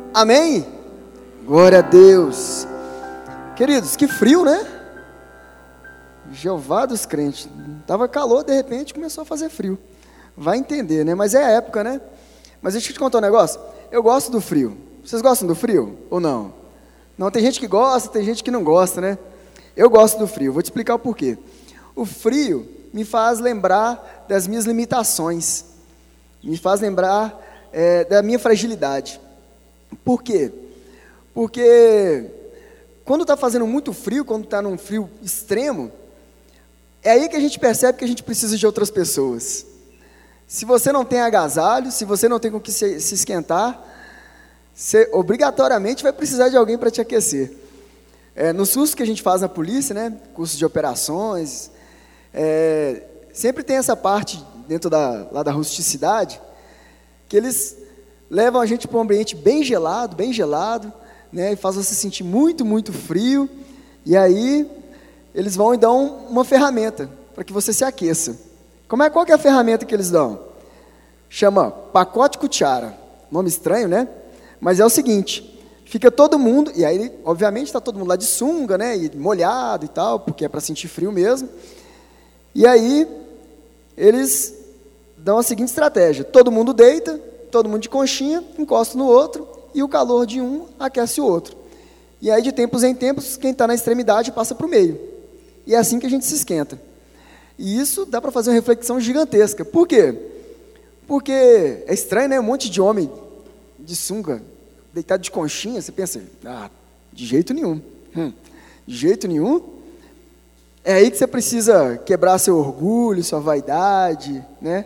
Amém? Glória a Deus. Queridos, que frio, né? Jeová dos crentes. Tava calor, de repente começou a fazer frio. Vai entender, né? Mas é a época, né? Mas deixa eu te contar um negócio. Eu gosto do frio. Vocês gostam do frio ou não? Não, tem gente que gosta, tem gente que não gosta, né? Eu gosto do frio. Vou te explicar o porquê. O frio me faz lembrar das minhas limitações. Me faz lembrar da minha fragilidade. Por quê? Porque quando está fazendo muito frio, quando está num frio extremo, é aí que a gente percebe que a gente precisa de outras pessoas. Se você não tem agasalho, se você não tem com que se esquentar, você obrigatoriamente vai precisar de alguém para te aquecer. Nos cursos que a gente faz na polícia, né, cursos de operações, sempre tem essa parte dentro lá da rusticidade, que eles levam a gente para um ambiente bem gelado, né, e faz você sentir muito, muito frio, e aí eles vão e dão uma ferramenta para que você se aqueça. Qual que é a ferramenta que eles dão? Chama pacote cuchara. Nome estranho, né? Mas é o seguinte, fica todo mundo, e aí obviamente está todo mundo lá de sunga, né, e molhado e tal, porque é para sentir frio mesmo, e aí eles dão a seguinte estratégia: todo mundo deita, todo mundo de conchinha, encosta no outro, e o calor de um aquece o outro. E aí, de tempos em tempos, quem está na extremidade passa para o meio. E é assim que a gente se esquenta. E isso dá para fazer uma reflexão gigantesca. Por quê? Porque é estranho, né? Um monte de homem de sunga, deitado de conchinha, você pensa, de jeito nenhum. De jeito nenhum. É aí que você precisa quebrar seu orgulho, sua vaidade, né?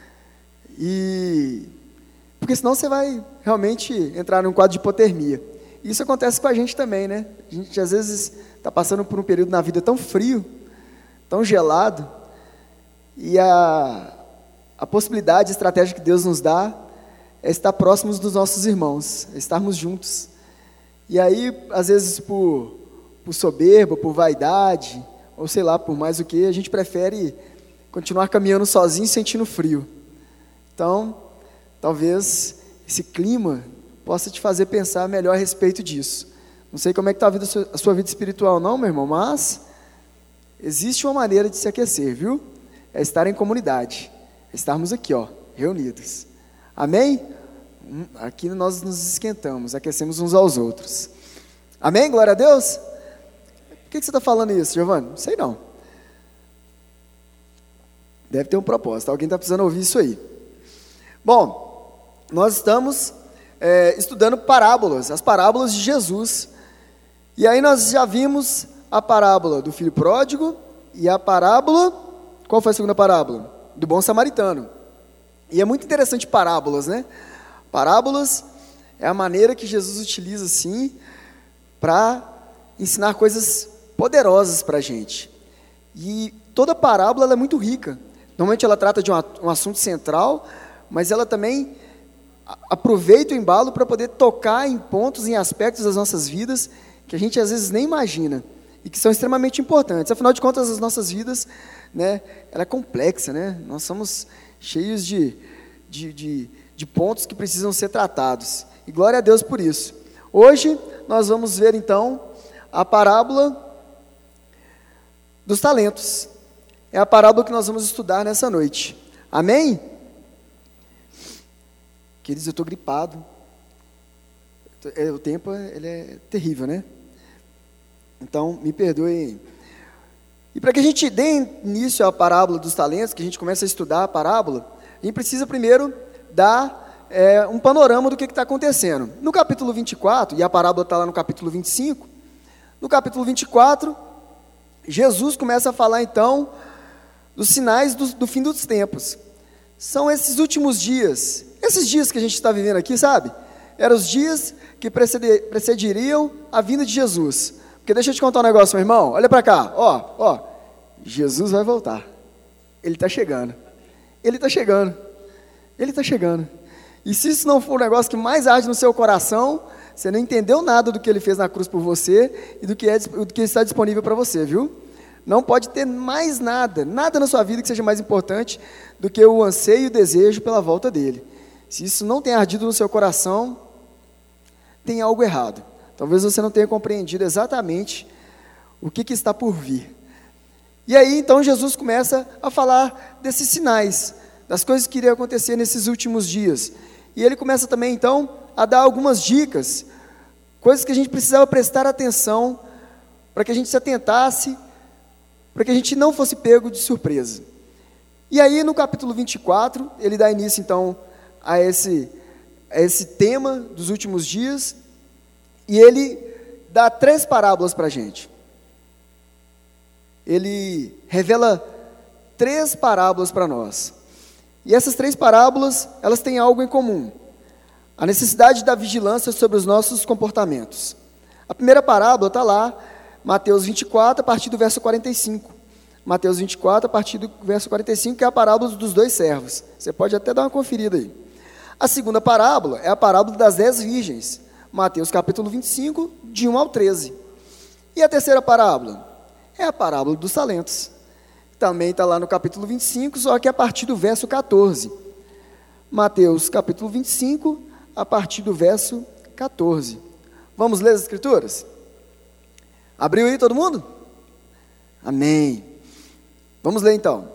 Porque senão você vai realmente entrar num quadro de hipotermia. Isso acontece com a gente também, né? A gente às vezes está passando por um período na vida tão frio, tão gelado, e a possibilidade, a estratégia que Deus nos dá é estar próximos dos nossos irmãos, é estarmos juntos. E aí, às vezes por soberba, por vaidade, ou sei lá, por mais o que, a gente prefere continuar caminhando sozinho sentindo frio. Então, talvez esse clima possa te fazer pensar melhor a respeito disso. Não sei como é que está a sua vida espiritual não, meu irmão, mas existe uma maneira de se aquecer, viu? É estar em comunidade, é estarmos aqui, reunidos. Amém? Aqui nós nos esquentamos, aquecemos uns aos outros. Amém? Glória a Deus? Por que você está falando isso, Giovanni? Não sei não. Deve ter um propósito, alguém está precisando ouvir isso aí. Bom, nós estamos estudando parábolas, as parábolas de Jesus. E aí nós já vimos a parábola do filho pródigo e a parábola, qual foi a segunda parábola? Do bom samaritano. E é muito interessante parábolas, né? Parábolas é a maneira que Jesus utiliza, assim, para ensinar coisas poderosas para a gente. E toda parábola ela é muito rica. Normalmente ela trata de um assunto central, mas ela também aproveita o embalo para poder tocar em pontos, em aspectos das nossas vidas que a gente às vezes nem imagina e que são extremamente importantes. Afinal de contas, as nossas vidas, né, ela é complexa, né? Nós somos cheios de pontos que precisam ser tratados. E glória a Deus por isso. Hoje nós vamos ver então a parábola dos talentos. É a parábola que nós vamos estudar nessa noite. Amém? Queridos, eu estou gripado. O tempo ele é terrível, né? Então, me perdoem. E para que a gente dê início à parábola dos talentos, que a gente comece a estudar a parábola, a gente precisa primeiro dar um panorama do que está acontecendo. No capítulo 24, e a parábola está lá no capítulo 25, no capítulo 24, Jesus começa a falar então dos sinais do fim dos tempos. São esses últimos dias, esses dias que a gente está vivendo aqui, sabe? Eram os dias que precederiam a vinda de Jesus. Porque deixa eu te contar um negócio, meu irmão, olha para cá, ó, Jesus vai voltar, Ele está chegando, Ele está chegando, Ele está chegando. E se isso não for o negócio que mais arde no seu coração, você não entendeu nada do que Ele fez na cruz por você e do que está disponível para você, viu? Não pode ter mais nada na sua vida que seja mais importante do que o anseio e o desejo pela volta dele. Se isso não tem ardido no seu coração, tem algo errado. Talvez você não tenha compreendido exatamente o que está por vir. E aí, então, Jesus começa a falar desses sinais, das coisas que iriam acontecer nesses últimos dias. E ele começa também, então, a dar algumas dicas, coisas que a gente precisava prestar atenção, para que a gente se atentasse, para que a gente não fosse pego de surpresa. E aí, no capítulo 24, ele dá início, então, a esse tema dos últimos dias, e ele dá 3 parábolas para a gente. Ele revela 3 parábolas para nós. E essas 3 parábolas, elas têm algo em comum: a necessidade da vigilância sobre os nossos comportamentos. A primeira parábola está lá, Mateus 24, a partir do verso 45. Mateus 24, a partir do verso 45, que é a parábola dos 2 servos. Você pode até dar uma conferida aí. A segunda parábola é a parábola das 10 virgens. Mateus capítulo 25, de 1 ao 13. E a terceira parábola é a parábola dos talentos. Também está lá no capítulo 25, só que a partir do verso 14. Mateus capítulo 25, a partir do verso 14. Vamos ler as escrituras? Abriu aí todo mundo? Amém. Vamos ler então.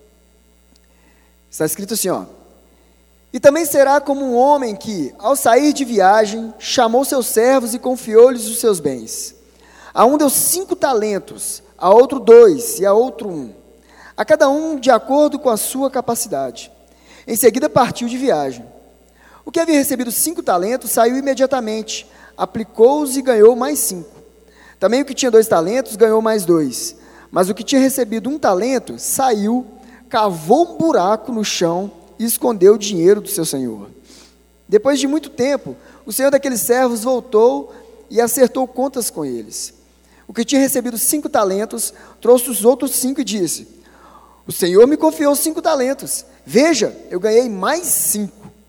Está escrito assim, ó: e também será como um homem que, ao sair de viagem, chamou seus servos e confiou-lhes os seus bens. A um deu 5 talentos, a outro 2 e a outro 1, a cada um de acordo com a sua capacidade. Em seguida partiu de viagem. O que havia recebido 5 talentos saiu imediatamente, aplicou-os e ganhou mais 5. Também o que tinha 2 talentos ganhou mais 2. Mas o que tinha recebido 1 talento saiu, cavou um buraco no chão e escondeu o dinheiro do seu senhor. Depois de muito tempo, o senhor daqueles servos voltou e acertou contas com eles. O que tinha recebido 5 talentos trouxe os outros 5 e disse: o senhor me confiou 5 talentos. Veja, eu ganhei mais 5.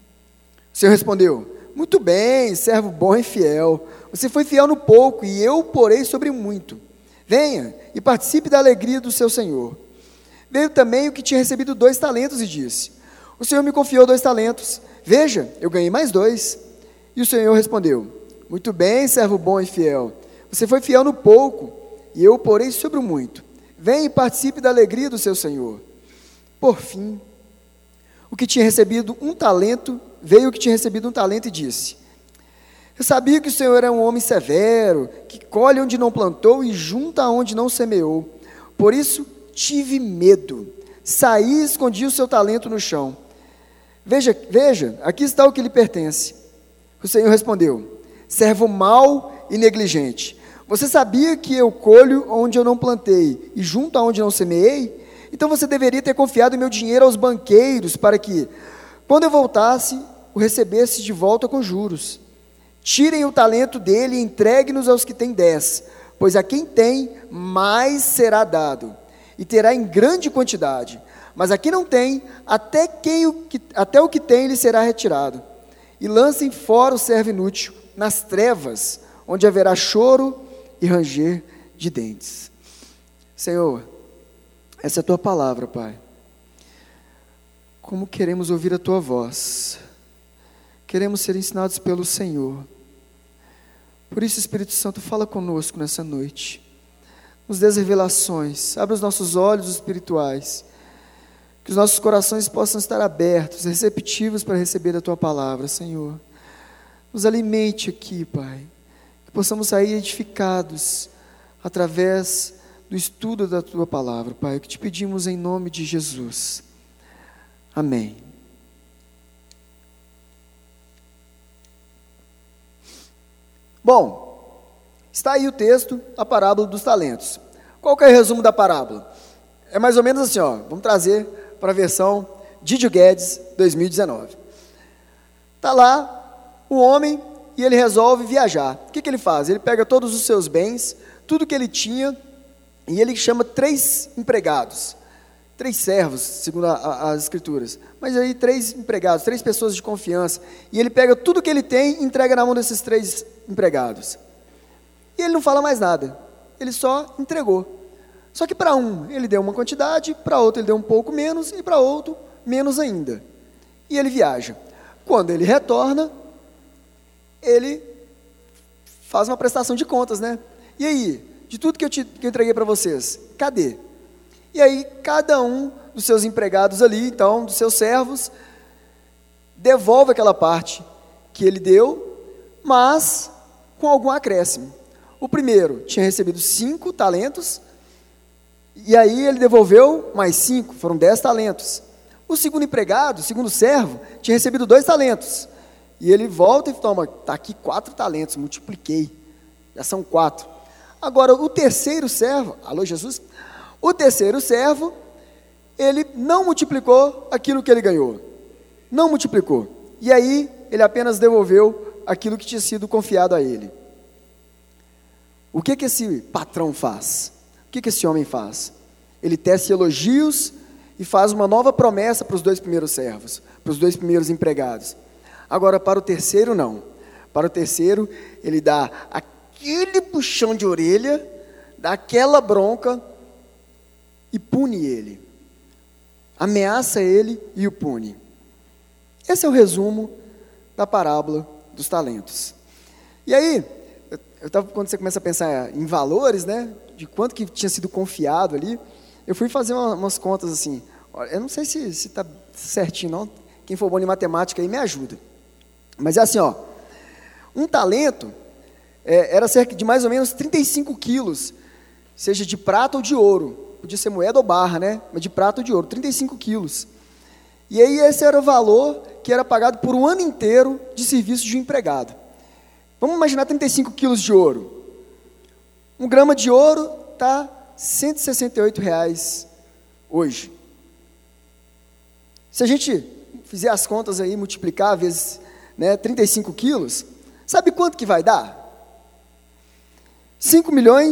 O senhor respondeu: muito bem, servo bom e fiel. Você foi fiel no pouco e eu o porei sobre muito. Venha e participe da alegria do seu senhor. Veio também o que tinha recebido 2 talentos e disse: o senhor me confiou 2 talentos. Veja, eu ganhei mais 2. E o senhor respondeu: muito bem, servo bom e fiel. Você foi fiel no pouco e eu o porei sobre o muito. Venha e participe da alegria do seu senhor. Por fim, o que tinha recebido 1 talento, veio o que tinha recebido 1 talento e disse: eu sabia que o senhor é um homem severo, que colhe onde não plantou e junta onde não semeou. Por isso tive medo. Saí e escondi o seu talento no chão. Veja, aqui está o que lhe pertence. O senhor respondeu: servo mau e negligente. Você sabia que eu colho onde eu não plantei e junto aonde não semeei? Então você deveria ter confiado meu dinheiro aos banqueiros, para que, quando eu voltasse, o recebesse de volta com juros. Tirem o talento dele e entregue-nos aos que têm 10, pois a quem tem, mais será dado, e terá em grande quantidade. Mas a quem não tem, até o que tem lhe será retirado. E lancem fora o servo inútil, nas trevas, onde haverá choro e ranger de dentes. Senhor, essa é a tua palavra, Pai. Como queremos ouvir a tua voz. Queremos ser ensinados pelo Senhor. Por isso, Espírito Santo, fala conosco nessa noite. Nos dê as revelações, abre os nossos olhos espirituais, que os nossos corações possam estar abertos, receptivos para receber a tua palavra, Senhor. Nos alimente aqui, Pai, que possamos sair edificados através do estudo da tua palavra, Pai, que te pedimos em nome de Jesus. Amém. Bom, está aí o texto, a parábola dos talentos. Qual que é o resumo da parábola? É mais ou menos assim, ó, vamos trazer para a versão Didio Guedes 2019. Está lá o homem e ele resolve viajar. O que ele faz? Ele pega todos os seus bens, tudo que ele tinha, e ele chama 3 empregados, 3 servos, segundo as escrituras, mas aí 3 empregados, 3 pessoas de confiança, e ele pega tudo que ele tem e entrega na mão desses 3 empregados, e ele não fala mais nada, ele só entregou. Só que para um ele deu uma quantidade, para outro ele deu um pouco menos, e para outro menos ainda, e ele viaja. Quando ele retorna, ele faz uma prestação de contas, né? E aí, de tudo que eu entreguei para vocês, cadê? E aí, cada um dos seus empregados ali, então, dos seus servos, devolve aquela parte que ele deu, mas com algum acréscimo. O primeiro tinha recebido 5 talentos, e aí ele devolveu mais 5, foram 10 talentos. O segundo empregado, o segundo servo, tinha recebido 2 talentos. E ele volta e toma, está aqui 4 talentos, multipliquei, já são 4. Agora, o terceiro servo, alô Jesus? O terceiro servo, ele não multiplicou aquilo que ele ganhou. Não multiplicou. E aí, ele apenas devolveu aquilo que tinha sido confiado a ele. O que esse patrão faz? O que esse homem faz? Ele tece elogios e faz uma nova promessa para os 2 primeiros servos, para os 2 primeiros empregados. Agora, para o terceiro, não. Para o terceiro, ele dá aquele puxão de orelha, dá aquela bronca e pune ele. Ameaça ele e o pune. Esse é o resumo da parábola dos talentos. E aí, quando você começa a pensar em valores, né, de quanto que tinha sido confiado ali, eu fui fazer umas contas assim. Eu não sei se está certinho, não. Quem for bom em matemática aí me ajuda. Mas é assim, ó, um talento era cerca de mais ou menos 35 quilos, seja de prata ou de ouro. Podia ser moeda ou barra, né? Mas de prata ou de ouro, 35 quilos. E aí esse era o valor que era pagado por um ano inteiro de serviço de um empregado. Vamos imaginar 35 quilos de ouro. 1 grama de ouro está R$ 168 hoje. Se a gente fizer as contas aí, multiplicar vezes 35 quilos, sabe quanto que vai dar? R$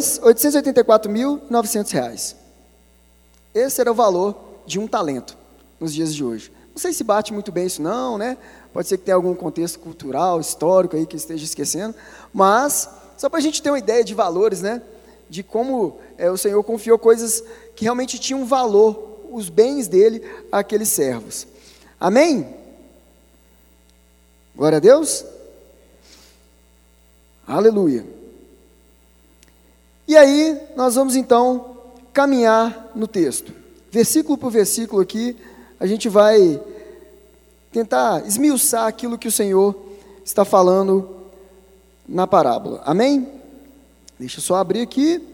5.884.900. Esse era o valor de um talento nos dias de hoje. Não sei se bate muito bem isso não, né? Pode ser que tenha algum contexto cultural, histórico aí que esteja esquecendo, mas só para a gente ter uma ideia de valores, né? De como o Senhor confiou coisas que realmente tinham valor, os bens dele àqueles servos. Amém? Glória a Deus. Aleluia. E aí, nós vamos então caminhar no texto. Versículo por versículo aqui, a gente vai tentar esmiuçar aquilo que o Senhor está falando na parábola. Amém? Deixa eu só abrir aqui.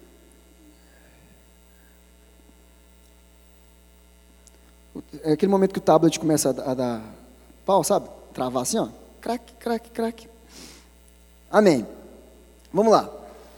É aquele momento que o tablet começa a dar pau, sabe? Travar assim, ó. Crack, crack, crack. Amém. Vamos lá.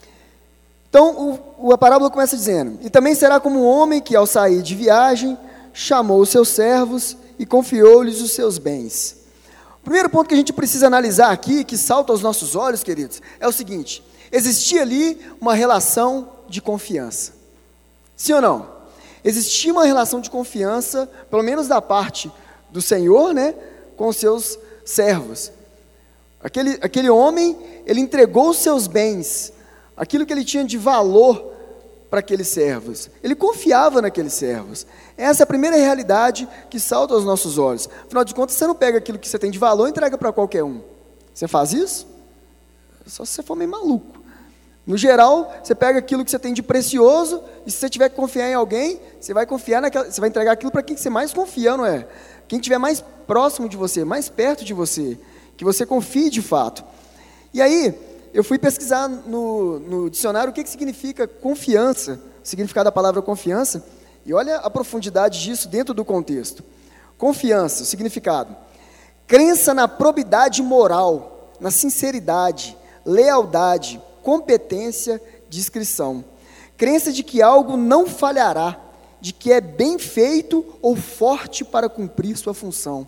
Então, a parábola começa dizendo: e também será como um homem que, ao sair de viagem, chamou os seus servos e confiou-lhes os seus bens. O primeiro ponto que a gente precisa analisar aqui, que salta aos nossos olhos, queridos, é o seguinte: existia ali uma relação de confiança. Sim ou não? Existia uma relação de confiança, pelo menos da parte do Senhor, né, com os seus servos. Aquele homem, ele entregou os seus bens, aquilo que ele tinha de valor para aqueles servos. Ele confiava naqueles servos. Essa é a primeira realidade que salta aos nossos olhos. Afinal de contas, você não pega aquilo que você tem de valor e entrega para qualquer um. Você faz isso? Só se você for meio maluco. No geral, você pega aquilo que você tem de precioso, e se você tiver que confiar em alguém, você vai entregar aquilo para quem você mais confia, não é? Quem estiver mais próximo de você, mais perto de você, que você confie de fato. E aí, eu fui pesquisar no dicionário o que significa confiança, o significado da palavra confiança, e olha a profundidade disso dentro do contexto. Confiança, o significado: crença na probidade moral, na sinceridade, lealdade, competência, discrição. Crença de que algo não falhará, de que é bem feito ou forte para cumprir sua função.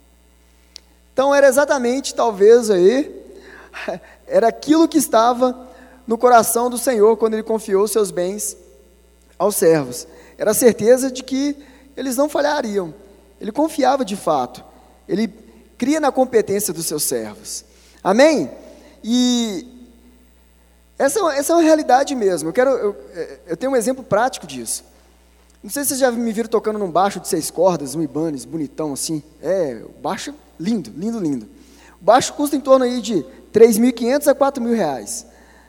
Então era exatamente, talvez aí, era aquilo que estava no coração do Senhor quando Ele confiou os seus bens aos servos. Era a certeza de que eles não falhariam. Ele confiava de fato. Ele cria na competência dos seus servos. Amém? E essa é uma realidade mesmo. Eu tenho um exemplo prático disso. Não sei se vocês já me viram tocando num baixo de 6 cordas, um Ibanez, bonitão assim. O baixo lindo, lindo, lindo. O baixo custa em torno aí de 3.500 a 4.000 reais.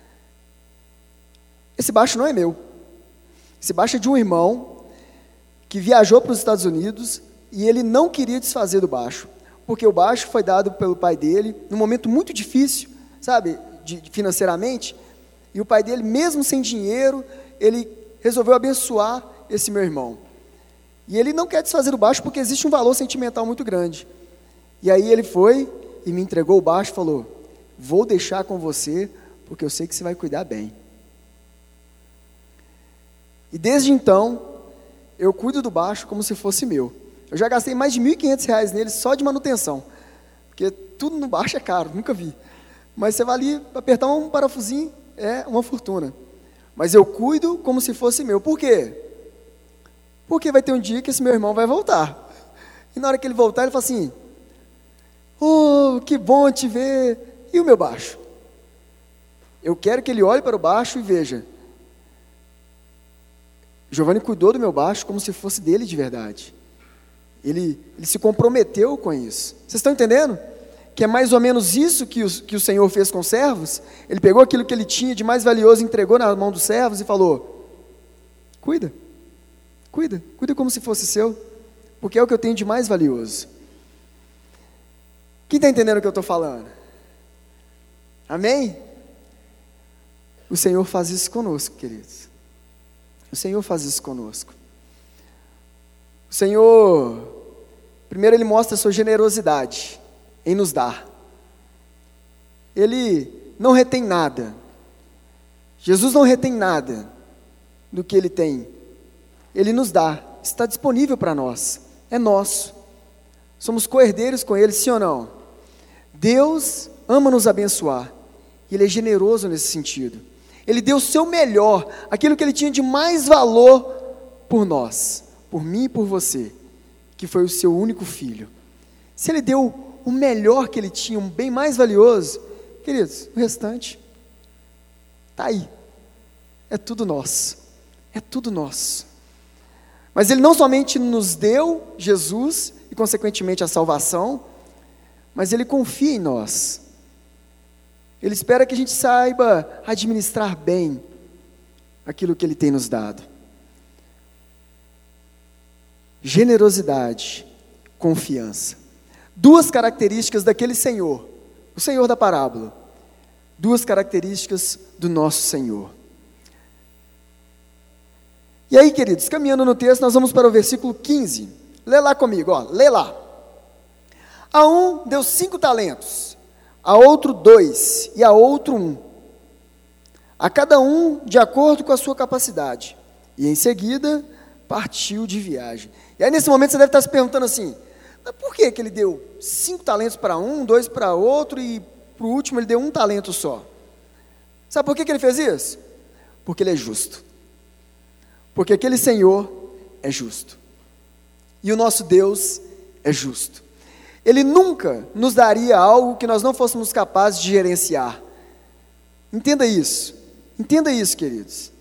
Esse baixo não é meu. Esse baixo é de um irmão que viajou para os Estados Unidos e ele não queria desfazer do baixo, porque o baixo foi dado pelo pai dele num momento muito difícil, sabe, financeiramente, e o pai dele, mesmo sem dinheiro, ele resolveu abençoar esse meu irmão. E ele não quer desfazer do baixo porque existe um valor sentimental muito grande. E aí ele foi e me entregou o baixo e falou: vou deixar com você, porque eu sei que você vai cuidar bem. E desde então, eu cuido do baixo como se fosse meu. Eu já gastei mais de R$1.500 nele só de manutenção, porque tudo no baixo é caro, nunca vi. Mas você vai ali, apertar um parafusinho, é uma fortuna. Mas eu cuido como se fosse meu. Por quê? Porque vai ter um dia que esse meu irmão vai voltar. E na hora que ele voltar, ele fala assim: oh, que bom te ver. E o meu baixo? Eu quero que ele olhe para o baixo e veja: Giovanni cuidou do meu baixo como se fosse dele de verdade. Ele se comprometeu com isso. Vocês estão entendendo? Que é mais ou menos isso que o Senhor fez com os servos. Ele pegou aquilo que ele tinha de mais valioso, entregou na mão dos servos e falou: cuida como se fosse seu, porque é o que eu tenho de mais valioso. Quem está entendendo o que eu estou falando? Amém? O Senhor faz isso conosco, queridos. O Senhor faz isso conosco. O Senhor, primeiro Ele mostra a sua generosidade em nos dar. Ele não retém nada. Jesus não retém nada do que Ele tem. Ele nos dá, está disponível para nós, é nosso. Somos co-herdeiros com Ele, sim ou não? Deus ama nos abençoar, e Ele é generoso nesse sentido. Ele deu o seu melhor, aquilo que Ele tinha de mais valor por nós, por mim e por você, que foi o seu único filho. Se Ele deu o melhor que Ele tinha, um bem mais valioso, queridos, o restante está aí, é tudo nosso, é tudo nosso. Mas Ele não somente nos deu Jesus, e consequentemente a salvação, mas Ele confia em nós. Ele espera que a gente saiba administrar bem aquilo que Ele tem nos dado. Generosidade, confiança. Duas características daquele Senhor, o Senhor da parábola. Duas características do nosso Senhor. E aí, queridos, caminhando no texto, nós vamos para o versículo 15. Lê lá comigo, lê lá. A um deu 5 talentos, a outro 2, e a outro 1. A cada um de acordo com a sua capacidade. E em seguida, partiu de viagem. E aí nesse momento você deve estar se perguntando assim: mas por que ele deu 5 talentos para um, 2 para outro, e para o último ele deu 1 talento só? Sabe por que ele fez isso? Porque Ele é justo. Porque aquele Senhor é justo. E o nosso Deus é justo. Ele nunca nos daria algo que nós não fôssemos capazes de gerenciar. Entenda isso, queridos.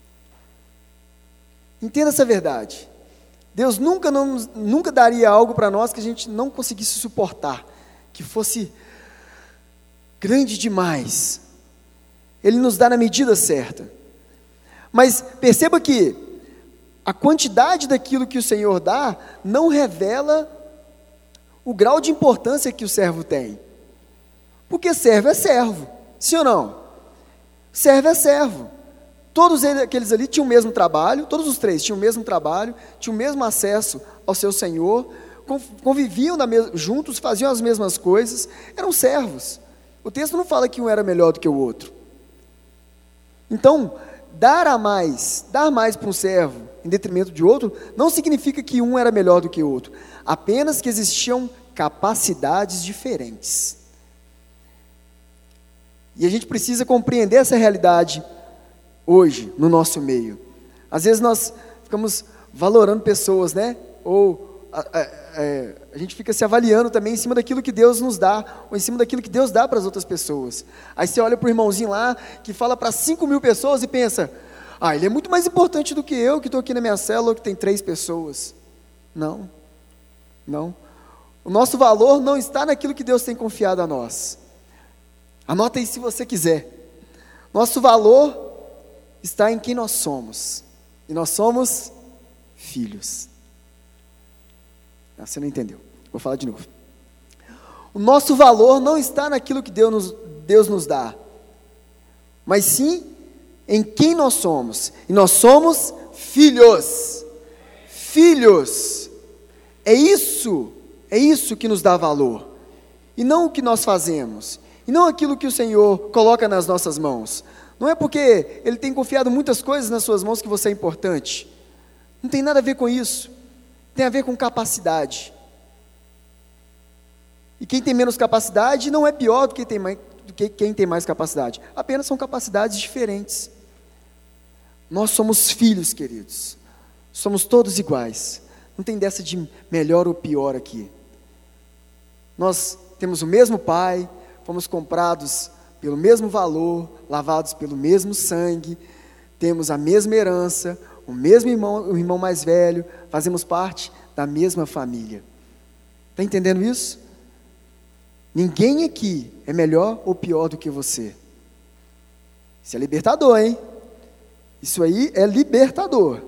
Entenda essa verdade. Deus nunca daria algo para nós que a gente não conseguisse suportar, que fosse grande demais. Ele nos dá na medida certa. Mas perceba que a quantidade daquilo que o Senhor dá não revela o grau de importância que o servo tem. Porque servo é servo, sim ou não? Servo é servo. Todos aqueles ali tinham o mesmo trabalho, todos os 3 tinham o mesmo trabalho, tinham o mesmo acesso ao seu Senhor, conviviam juntos, faziam as mesmas coisas, eram servos. O texto não fala que um era melhor do que o outro. Então, dar mais para um servo em detrimento de outro, não significa que um era melhor do que o outro, apenas que existiam capacidades diferentes. E a gente precisa compreender essa realidade hoje, no nosso meio. Às vezes nós ficamos valorando pessoas, né? Ou a gente fica se avaliando também em cima daquilo que Deus nos dá, ou em cima daquilo que Deus dá para as outras pessoas. Aí você olha para o irmãozinho lá, que fala para 5.000 pessoas e pensa: ele é muito mais importante do que eu, que estou aqui na minha célula, que tem 3 pessoas. Não. O nosso valor não está naquilo que Deus tem confiado a nós. Anota aí se você quiser. Nosso valor está em quem nós somos. E nós somos filhos. Você não entendeu. Vou falar de novo. O nosso valor não está naquilo que Deus nos dá, mas sim em quem nós somos. E nós somos filhos. Filhos. É isso que nos dá valor. E não o que nós fazemos. E não aquilo que o Senhor coloca nas nossas mãos. Não é porque Ele tem confiado muitas coisas nas suas mãos que você é importante. Não tem nada a ver com isso. Tem a ver com capacidade. E quem tem menos capacidade não é pior do que quem tem mais capacidade. Apenas são capacidades diferentes. Nós somos filhos, queridos. Somos todos iguais. Não tem dessa de melhor ou pior aqui. Nós temos o mesmo Pai, fomos comprados pelo mesmo valor, lavados pelo mesmo sangue, temos a mesma herança, o mesmo irmão, o irmão mais velho, fazemos parte da mesma família. Está entendendo isso? Ninguém aqui é melhor ou pior do que você. Isso é libertador, hein? Isso aí é libertador.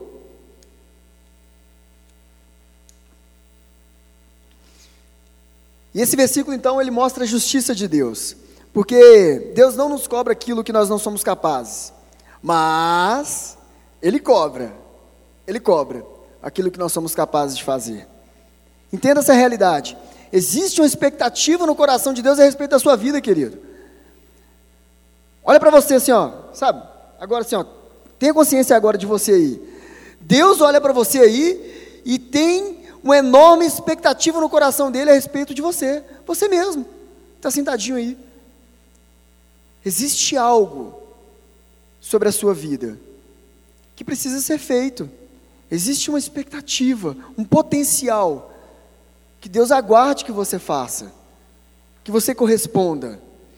E esse versículo, então, ele mostra a justiça de Deus. Porque Deus não nos cobra aquilo que nós não somos capazes. Mas Ele cobra aquilo que nós somos capazes de fazer. Entenda essa realidade. Existe uma expectativa no coração de Deus a respeito da sua vida, querido. Olha para você assim, ó, sabe? Agora assim, ó, tenha consciência agora de você aí. Deus olha para você aí e tem uma enorme expectativa no coração dele a respeito de você. Você mesmo, está sentadinho aí. Existe algo sobre a sua vida que precisa ser feito. Existe uma expectativa, um potencial que Deus aguarde que você faça, que você corresponda.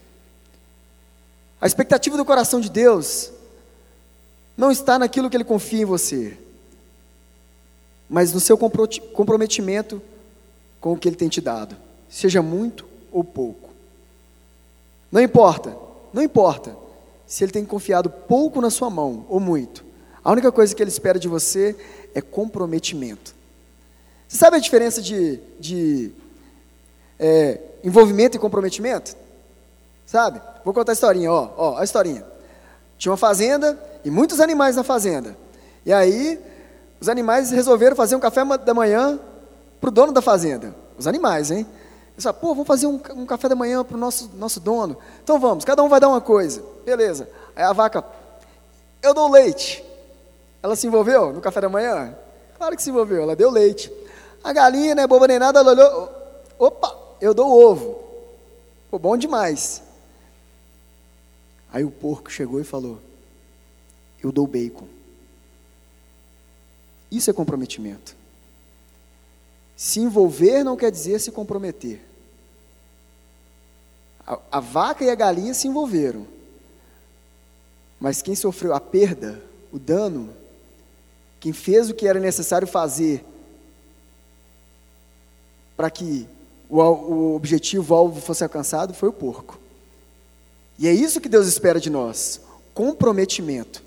A expectativa do coração de Deus não está naquilo que Ele confia em você, mas no seu comprometimento com o que Ele tem te dado, seja muito ou pouco. Não importa se Ele tem confiado pouco na sua mão ou muito. A única coisa que Ele espera de você é comprometimento. Você sabe a diferença de envolvimento e comprometimento? Sabe? Vou contar a historinha, ó, a historinha. Tinha uma fazenda e muitos animais na fazenda. E aí, os animais resolveram fazer um café da manhã para o dono da fazenda. Os animais, hein? Eles falaram, vamos fazer um café da manhã para o nosso dono. Então vamos, cada um vai dar uma coisa. Beleza. Aí a vaca, eu dou leite. Ela se envolveu no café da manhã? Claro que se envolveu, ela deu leite. A galinha, né, boba nem nada, ela olhou, opa, eu dou ovo. Pô, bom demais. Aí o porco chegou e falou, eu dou bacon. Isso é comprometimento. Se envolver não quer dizer se comprometer. A vaca e a galinha se envolveram. Mas quem sofreu a perda, o dano, quem fez o que era necessário fazer para que o objetivo, o alvo fosse alcançado, foi o porco. E é isso que Deus espera de nós. Comprometimento.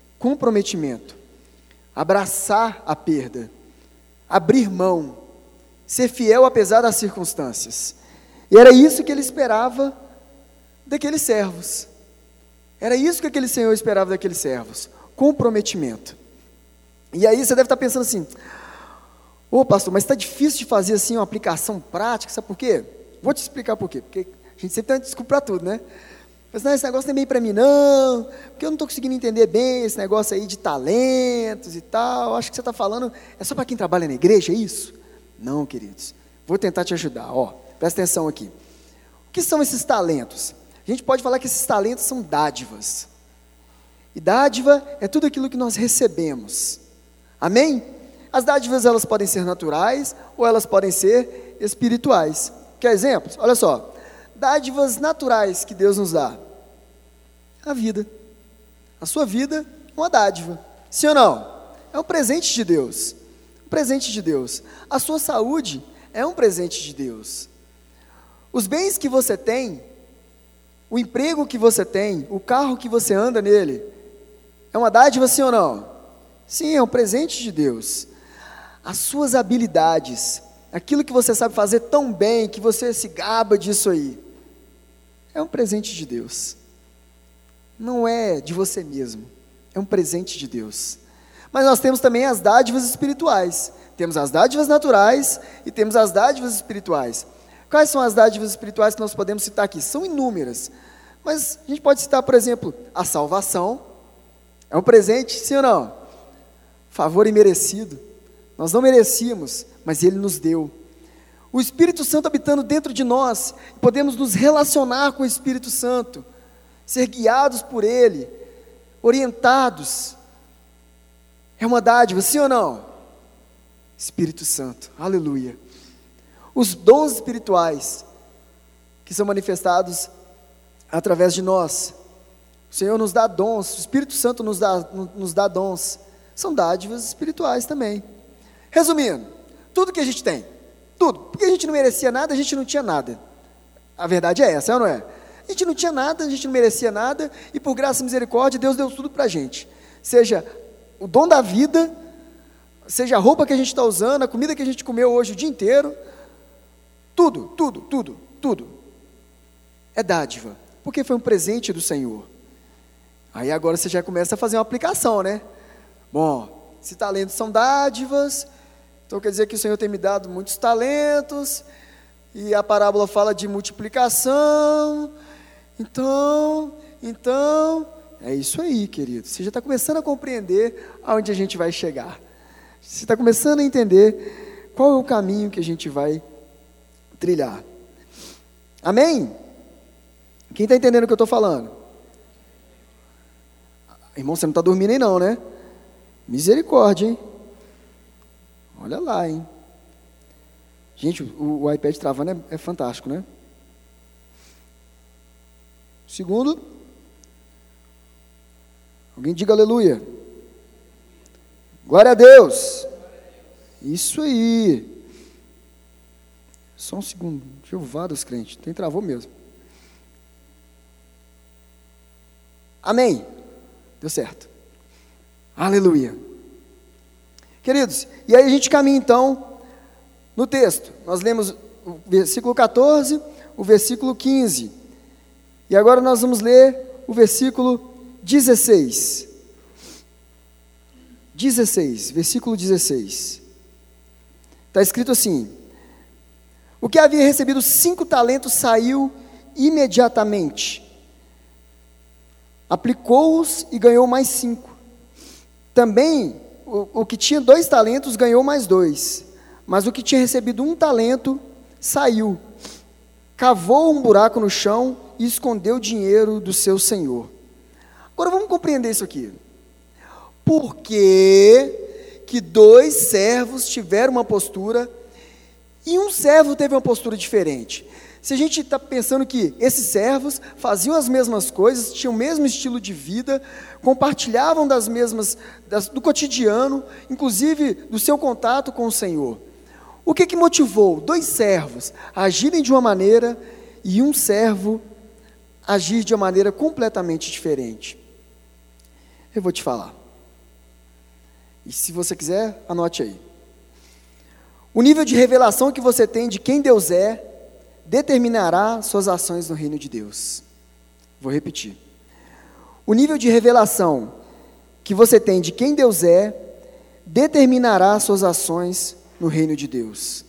Abraçar a perda. Abrir mão. Ser fiel apesar das circunstâncias. E era isso que Ele esperava daqueles servos. Era isso que aquele Senhor esperava daqueles servos. Comprometimento. E aí você deve estar pensando assim, pastor, mas está difícil de fazer assim uma aplicação prática, sabe por quê? Vou te explicar por quê, porque a gente sempre tem uma desculpa para tudo, né? Mas não, esse negócio não é bem para mim não, porque eu não estou conseguindo entender bem esse negócio aí de talentos e tal, acho que você está falando, é só para quem trabalha na igreja, é isso? Não, queridos, vou tentar te ajudar, presta atenção aqui. O que são esses talentos? A gente pode falar que esses talentos são dádivas, e dádiva é tudo aquilo que nós recebemos, amém? As dádivas, elas podem ser naturais, ou elas podem ser espirituais. Quer exemplos? Olha só, dádivas naturais que Deus nos dá. A vida. A sua vida é uma dádiva. Sim ou não? É um presente de Deus. Um presente de Deus. A sua saúde é um presente de Deus. Os bens que você tem O emprego que você tem, o carro que você anda nele, é uma dádiva, sim ou não? Sim, é um presente de Deus. As suas habilidades, aquilo que você sabe fazer tão bem, que você se gaba disso aí, é um presente de Deus. Não é de você mesmo, é um presente de Deus. Mas nós temos também as dádivas espirituais. Temos as dádivas naturais e temos as dádivas espirituais. Quais são as dádivas espirituais que nós podemos citar aqui? São inúmeras. Mas a gente pode citar, por exemplo, a salvação. É um presente, sim ou não? Favor imerecido. Nós não merecíamos, mas Ele nos deu. O Espírito Santo habitando dentro de nós, podemos nos relacionar com o Espírito Santo, ser guiados por Ele, orientados. É uma dádiva, sim ou não? Espírito Santo, aleluia. Os dons espirituais que são manifestados através de nós. O Senhor nos dá dons, o Espírito Santo nos dá dons. São dádivas espirituais também. Resumindo, tudo que a gente tem, tudo, porque a gente não merecia nada, a gente não tinha nada. A verdade é essa, não é? A gente não tinha nada, a gente não merecia nada, e por graça e misericórdia, Deus deu tudo para a gente. Seja o dom da vida, seja a roupa que a gente está usando, a comida que a gente comeu hoje o dia inteiro, tudo é dádiva, porque foi um presente do Senhor. Aí agora você já começa a fazer uma aplicação, né? Bom, se talentos são dádivas, então quer dizer que o Senhor tem me dado muitos talentos, e a parábola fala de multiplicação, então, é isso aí, querido. Você já está começando a compreender aonde a gente vai chegar. Você está começando a entender qual é o caminho que a gente vai trilhar. Amém? Quem está entendendo o que eu estou falando? Irmão, você não está dormindo aí não, né? Misericórdia, hein? Olha lá, hein? Gente, o iPad travando é fantástico, né? Segundo, alguém diga aleluia. Glória a Deus. Isso aí. Só um segundo. Jeová dos crentes. Tem travou mesmo. Amém. Deu certo. Aleluia. Queridos, e aí a gente caminha então no texto. Nós lemos o versículo 14, o versículo 15. E agora nós vamos ler o versículo 16. 16, versículo 16. Está escrito assim: o que havia recebido 5 talentos saiu imediatamente, aplicou-os e ganhou mais 5. Também o que tinha 2 talentos ganhou mais 2, mas o que tinha recebido 1 talento saiu, cavou um buraco no chão e escondeu o dinheiro do seu senhor. Agora vamos compreender isso aqui. Por que 2 servos tiveram uma postura e um servo teve uma postura diferente? Se a gente está pensando que esses servos faziam as mesmas coisas, tinham o mesmo estilo de vida, compartilhavam do cotidiano, inclusive do seu contato com o Senhor. O que motivou 2 servos a agirem de uma maneira e um servo agir de uma maneira completamente diferente? Eu vou te falar. E se você quiser, anote aí. O nível de revelação que você tem de quem Deus é, determinará suas ações no reino de Deus. Vou repetir. O nível de revelação que você tem de quem Deus é, determinará suas ações no reino de Deus.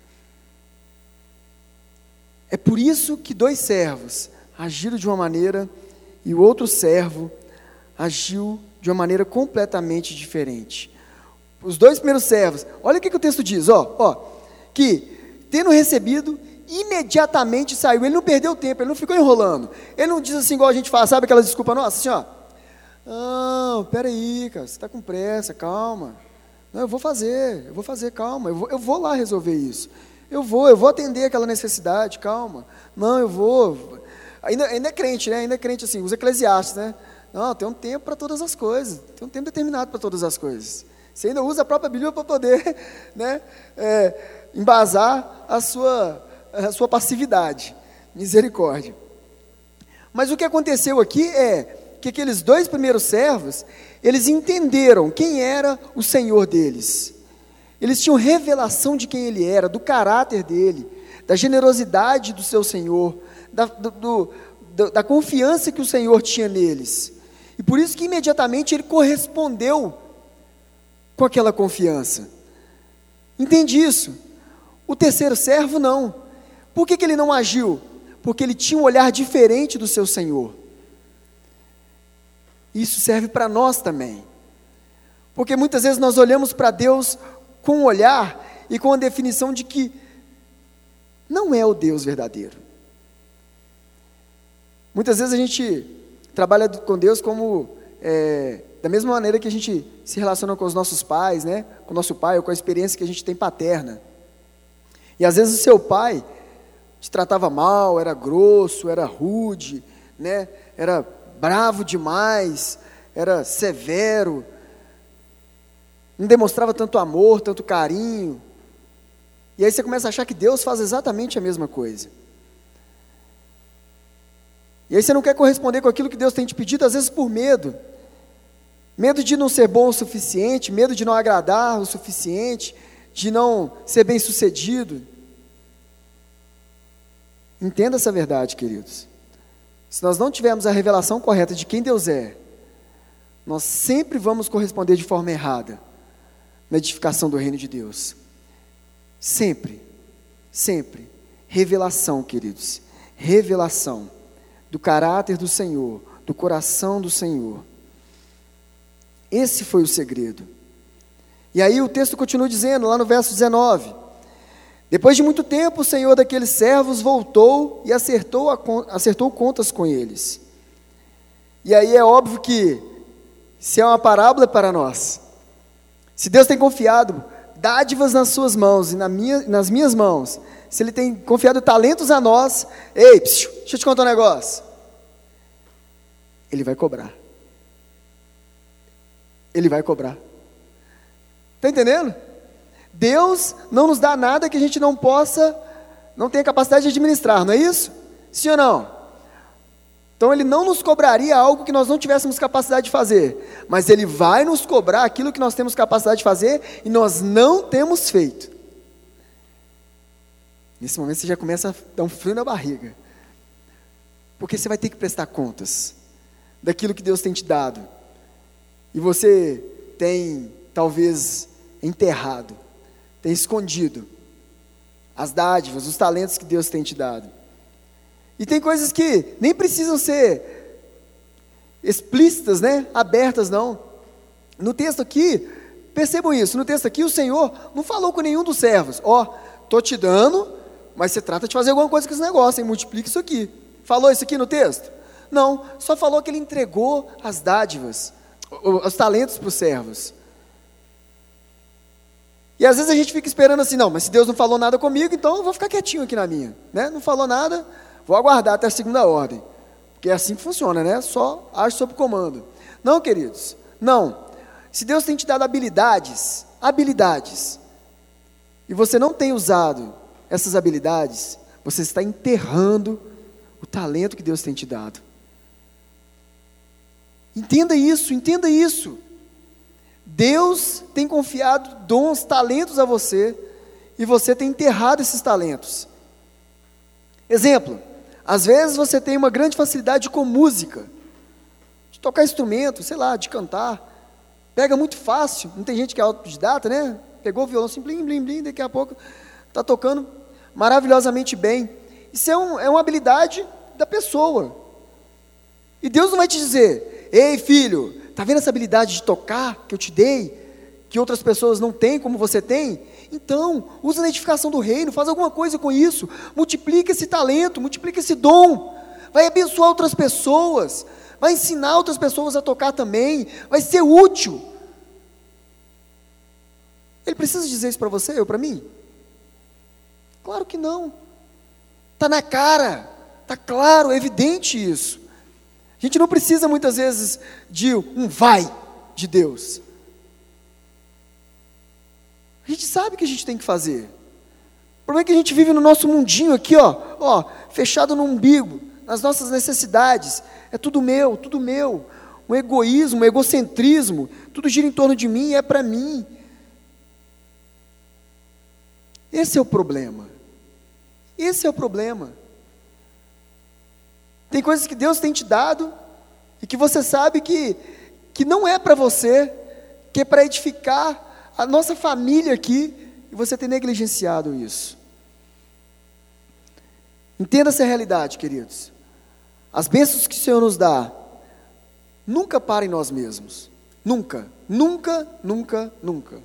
É por isso que 2 servos agiram de uma maneira e o outro servo agiu de uma maneira completamente diferente. Os 2 primeiros servos, olha o que o texto diz, que tendo recebido, imediatamente saiu. Ele não perdeu tempo, ele não ficou enrolando. Ele não diz assim igual a gente faz, sabe aquelas desculpas nossas, assim, não, peraí, cara, você está com pressa, calma. Não, eu vou fazer, calma, eu vou lá resolver isso. Eu vou atender aquela necessidade, calma. Não, eu vou. Ainda é crente, né? Ainda é crente assim, os Eclesiastes, né? Não, tem um tempo para todas as coisas, tem um tempo determinado para todas as coisas. Você ainda usa a própria Bíblia para poder, né, embasar a sua passividade. Misericórdia. Mas o que aconteceu aqui é que aqueles 2 primeiros servos, eles entenderam quem era o Senhor deles. Eles tinham revelação de quem Ele era, do caráter dEle, da generosidade do seu Senhor, da confiança que o Senhor tinha neles. E por isso que imediatamente Ele correspondeu com aquela confiança. Entende isso? O terceiro servo não. Por que ele não agiu? Porque ele tinha um olhar diferente do seu Senhor. Isso serve para nós também. Porque muitas vezes nós olhamos para Deus com um olhar e com a definição de que não é o Deus verdadeiro. Muitas vezes a gente trabalha com Deus como, da mesma maneira que a gente se relaciona com os nossos pais, né? Com o nosso pai, ou com a experiência que a gente tem paterna. E às vezes o seu pai te tratava mal, era grosso, era rude, né? Era bravo demais, era severo, não demonstrava tanto amor, tanto carinho. E aí você começa a achar que Deus faz exatamente a mesma coisa. E aí você não quer corresponder com aquilo que Deus tem te pedido, às vezes por medo. Medo de não ser bom o suficiente, medo de não agradar o suficiente, de não ser bem sucedido. Entenda essa verdade, queridos. Se nós não tivermos a revelação correta de quem Deus é, nós sempre vamos corresponder de forma errada na edificação do reino de Deus. Sempre, sempre. Revelação, queridos. Revelação do caráter do Senhor, do coração do Senhor. Esse foi o segredo. E aí o texto continua dizendo, lá no verso 19: depois de muito tempo, o senhor daqueles servos voltou e acertou contas com eles. E aí é óbvio que, se é uma parábola para nós, se Deus tem confiado dádivas nas suas mãos e nas minhas mãos, se Ele tem confiado talentos a nós, ei, deixa eu te contar um negócio. Ele vai cobrar. Ele vai cobrar. Está entendendo? Deus não nos dá nada que a gente não tenha capacidade de administrar, não é isso? Sim ou não? Então Ele não nos cobraria algo que nós não tivéssemos capacidade de fazer, mas Ele vai nos cobrar aquilo que nós temos capacidade de fazer e nós não temos feito. Nesse momento você já começa a dar um frio na barriga, porque você vai ter que prestar contas daquilo que Deus tem te dado, e você tem talvez enterrado, tem escondido as dádivas, os talentos que Deus tem te dado. E tem coisas que nem precisam ser explícitas, né? Abertas, não. No texto aqui, percebam isso, no texto aqui o Senhor não falou com nenhum dos servos: estou te dando, mas você trata de fazer alguma coisa com esse negócio, hein? Multiplica isso aqui. Falou isso aqui no texto? Não, só falou que Ele entregou as dádivas, os talentos para os servos. E às vezes a gente fica esperando assim: não, mas se Deus não falou nada comigo, então eu vou ficar quietinho aqui na minha, né? Não falou nada, vou aguardar até a segunda ordem, porque é assim que funciona, né? Só age sob comando. Não, queridos, não. Se Deus tem te dado habilidades, e você não tem usado essas habilidades, você está enterrando o talento que Deus tem te dado. Entenda isso, entenda isso. Deus tem confiado dons, talentos a você, e você tem enterrado esses talentos. Exemplo, às vezes você tem uma grande facilidade com música, de tocar instrumento, sei lá, de cantar, pega muito fácil. Não tem gente que é autodidata, né? Pegou o violão assim, blim, blim, blim, daqui a pouco está tocando maravilhosamente bem. Isso é uma habilidade da pessoa, e Deus não vai te dizer: ei filho, está vendo essa habilidade de tocar que eu te dei, que outras pessoas não têm como você tem? Então, usa na edificação do reino, faz alguma coisa com isso, multiplica esse talento, multiplica esse dom, vai abençoar outras pessoas, vai ensinar outras pessoas a tocar também, vai ser útil. Ele precisa dizer isso para você ou para mim? Claro que não. Está na cara, está claro, é evidente isso. A gente não precisa muitas vezes de um vai de Deus. A gente sabe o que a gente tem que fazer. O problema é que a gente vive no nosso mundinho aqui, fechado no umbigo, nas nossas necessidades. É tudo meu, tudo meu. Um egoísmo, um egocentrismo, tudo gira em torno de mim, é para mim. Esse é o problema. Esse é o problema. Tem coisas que Deus tem te dado e que você sabe que não é para você, que é para edificar a nossa família aqui, e você tem negligenciado isso. Entenda essa realidade, queridos. As bênçãos que o Senhor nos dá nunca param em nós mesmos. Nunca, nunca, nunca, nunca.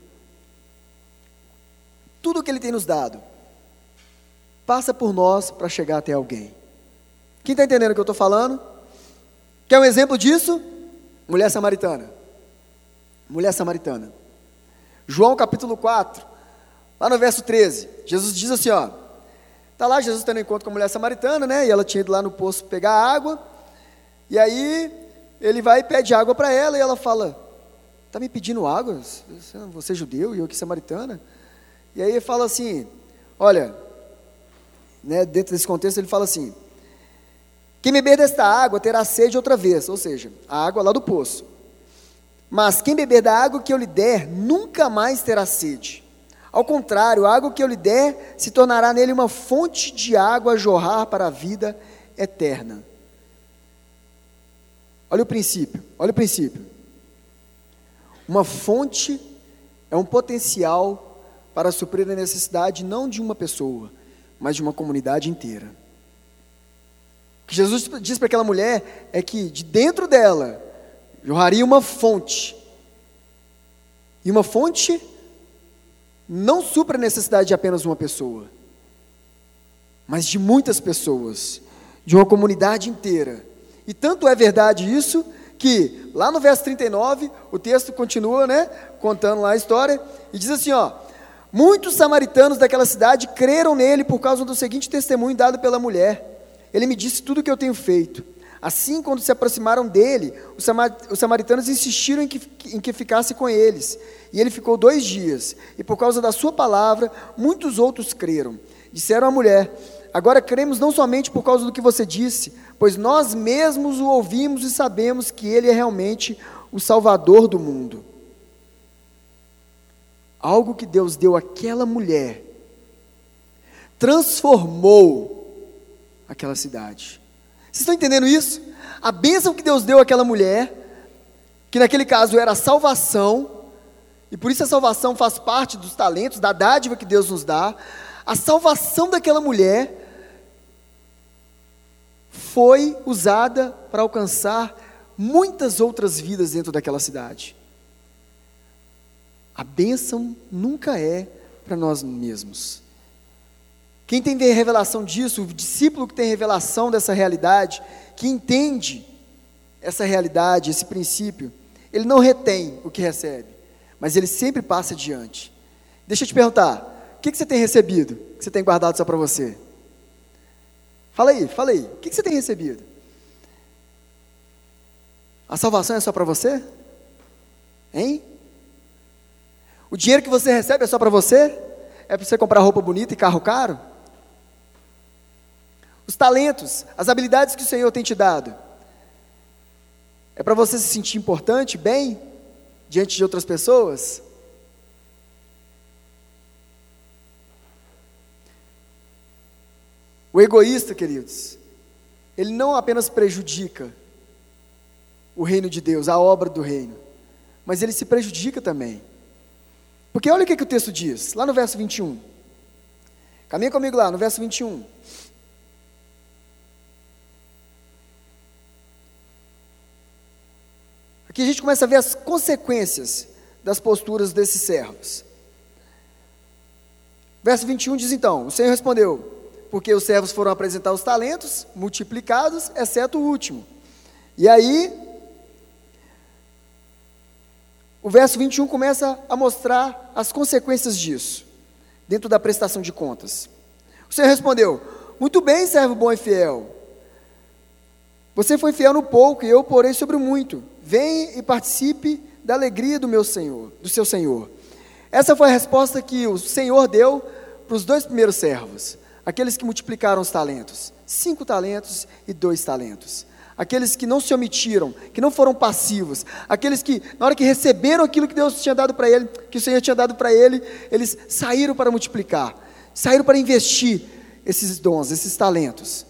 Tudo que Ele tem nos dado passa por nós para chegar até alguém. Quem está entendendo o que eu estou falando? Quer um exemplo disso? Mulher samaritana. Mulher samaritana. João capítulo 4, lá no verso 13, Jesus diz assim, ó, está lá Jesus tendo encontro com a mulher samaritana, né, e ela tinha ido lá no poço pegar água, e aí ele vai e pede água para ela, e ela fala, está me pedindo água? Você é judeu e eu aqui samaritana? E aí ele fala assim, olha, né, dentro desse contexto ele fala assim, quem beber desta água terá sede outra vez, ou seja, a água lá do poço. Mas quem beber da água que eu lhe der, nunca mais terá sede. Ao contrário, a água que eu lhe der, se tornará nele uma fonte de água a jorrar para a vida eterna. Olha o princípio, olha o princípio. Uma fonte é um potencial para suprir a necessidade não de uma pessoa, mas de uma comunidade inteira. O que Jesus diz para aquela mulher é que de dentro dela jorraria uma fonte. E uma fonte não supra a necessidade de apenas uma pessoa, mas de muitas pessoas, de uma comunidade inteira. E tanto é verdade isso, que lá no verso 39, o texto continua, né, contando lá a história, e diz assim, ó, muitos samaritanos daquela cidade creram nele por causa do seguinte testemunho dado pela mulher. Ele me disse tudo o que eu tenho feito. Assim, quando se aproximaram dele, os samaritanos insistiram em que ficasse com eles. E ele ficou 2 dias. E por causa da sua palavra, muitos outros creram. Disseram à mulher, agora cremos não somente por causa do que você disse, pois nós mesmos o ouvimos e sabemos que ele é realmente o Salvador do mundo. Algo que Deus deu àquela mulher transformou aquela cidade. Vocês estão entendendo isso? A bênção que Deus deu àquela mulher, que naquele caso era a salvação, e por isso a salvação faz parte dos talentos, da dádiva que Deus nos dá, a salvação daquela mulher foi usada para alcançar muitas outras vidas dentro daquela cidade. A bênção nunca é para nós mesmos. Quem tem revelação disso, o discípulo que tem revelação dessa realidade, que entende essa realidade, esse princípio, ele não retém o que recebe, mas ele sempre passa adiante. Deixa eu te perguntar, o que você tem recebido, que você tem guardado só para você? Fala aí, o que você tem recebido? A salvação é só para você? Hein? O dinheiro que você recebe é só para você? É para você comprar roupa bonita e carro caro? Os talentos, as habilidades que o Senhor tem te dado, é para você se sentir importante, bem, diante de outras pessoas? O egoísta, queridos, ele não apenas prejudica o reino de Deus, a obra do reino, mas ele se prejudica também. Porque olha o que o texto diz, lá no verso 21. Caminha comigo lá, no verso 21. Aqui a gente começa a ver as consequências das posturas desses servos. Verso 21 diz então, o Senhor respondeu, porque os servos foram apresentar os talentos, multiplicados, exceto o último. E aí, o verso 21 começa a mostrar as consequências disso, dentro da prestação de contas. O Senhor respondeu, muito bem, servo bom e fiel, você foi fiel no pouco e eu porei sobre o muito. Venha e participe da alegria do meu Senhor, do seu Senhor. Essa foi a resposta que o Senhor deu para os 2 primeiros servos, aqueles que multiplicaram os talentos. 5 talentos e 2 talentos. Aqueles que não se omitiram, que não foram passivos, aqueles que, na hora que receberam aquilo que Deus tinha dado para ele, que o Senhor tinha dado para ele, eles saíram para multiplicar, saíram para investir esses dons, esses talentos.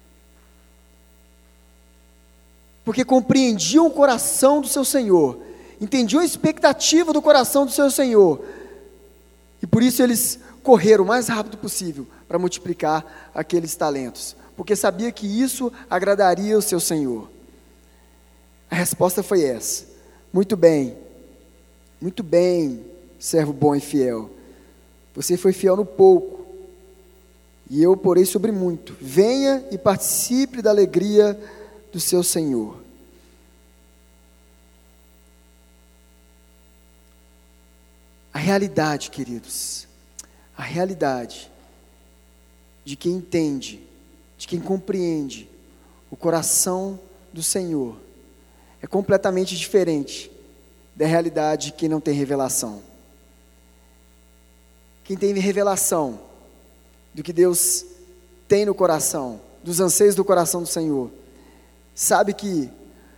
Porque compreendiam o coração do seu Senhor, entendiam a expectativa do coração do seu Senhor, e por isso eles correram o mais rápido possível para multiplicar aqueles talentos, porque sabia que isso agradaria o seu Senhor. A resposta foi essa: muito bem, servo bom e fiel, você foi fiel no pouco, e eu porei sobre muito, venha e participe da alegria do seu Senhor. A realidade, queridos, a realidade de quem entende, de quem compreende o coração do Senhor é completamente diferente da realidade de quem não tem revelação. Quem tem revelação do que Deus tem no coração, dos anseios do coração do Senhor, sabe que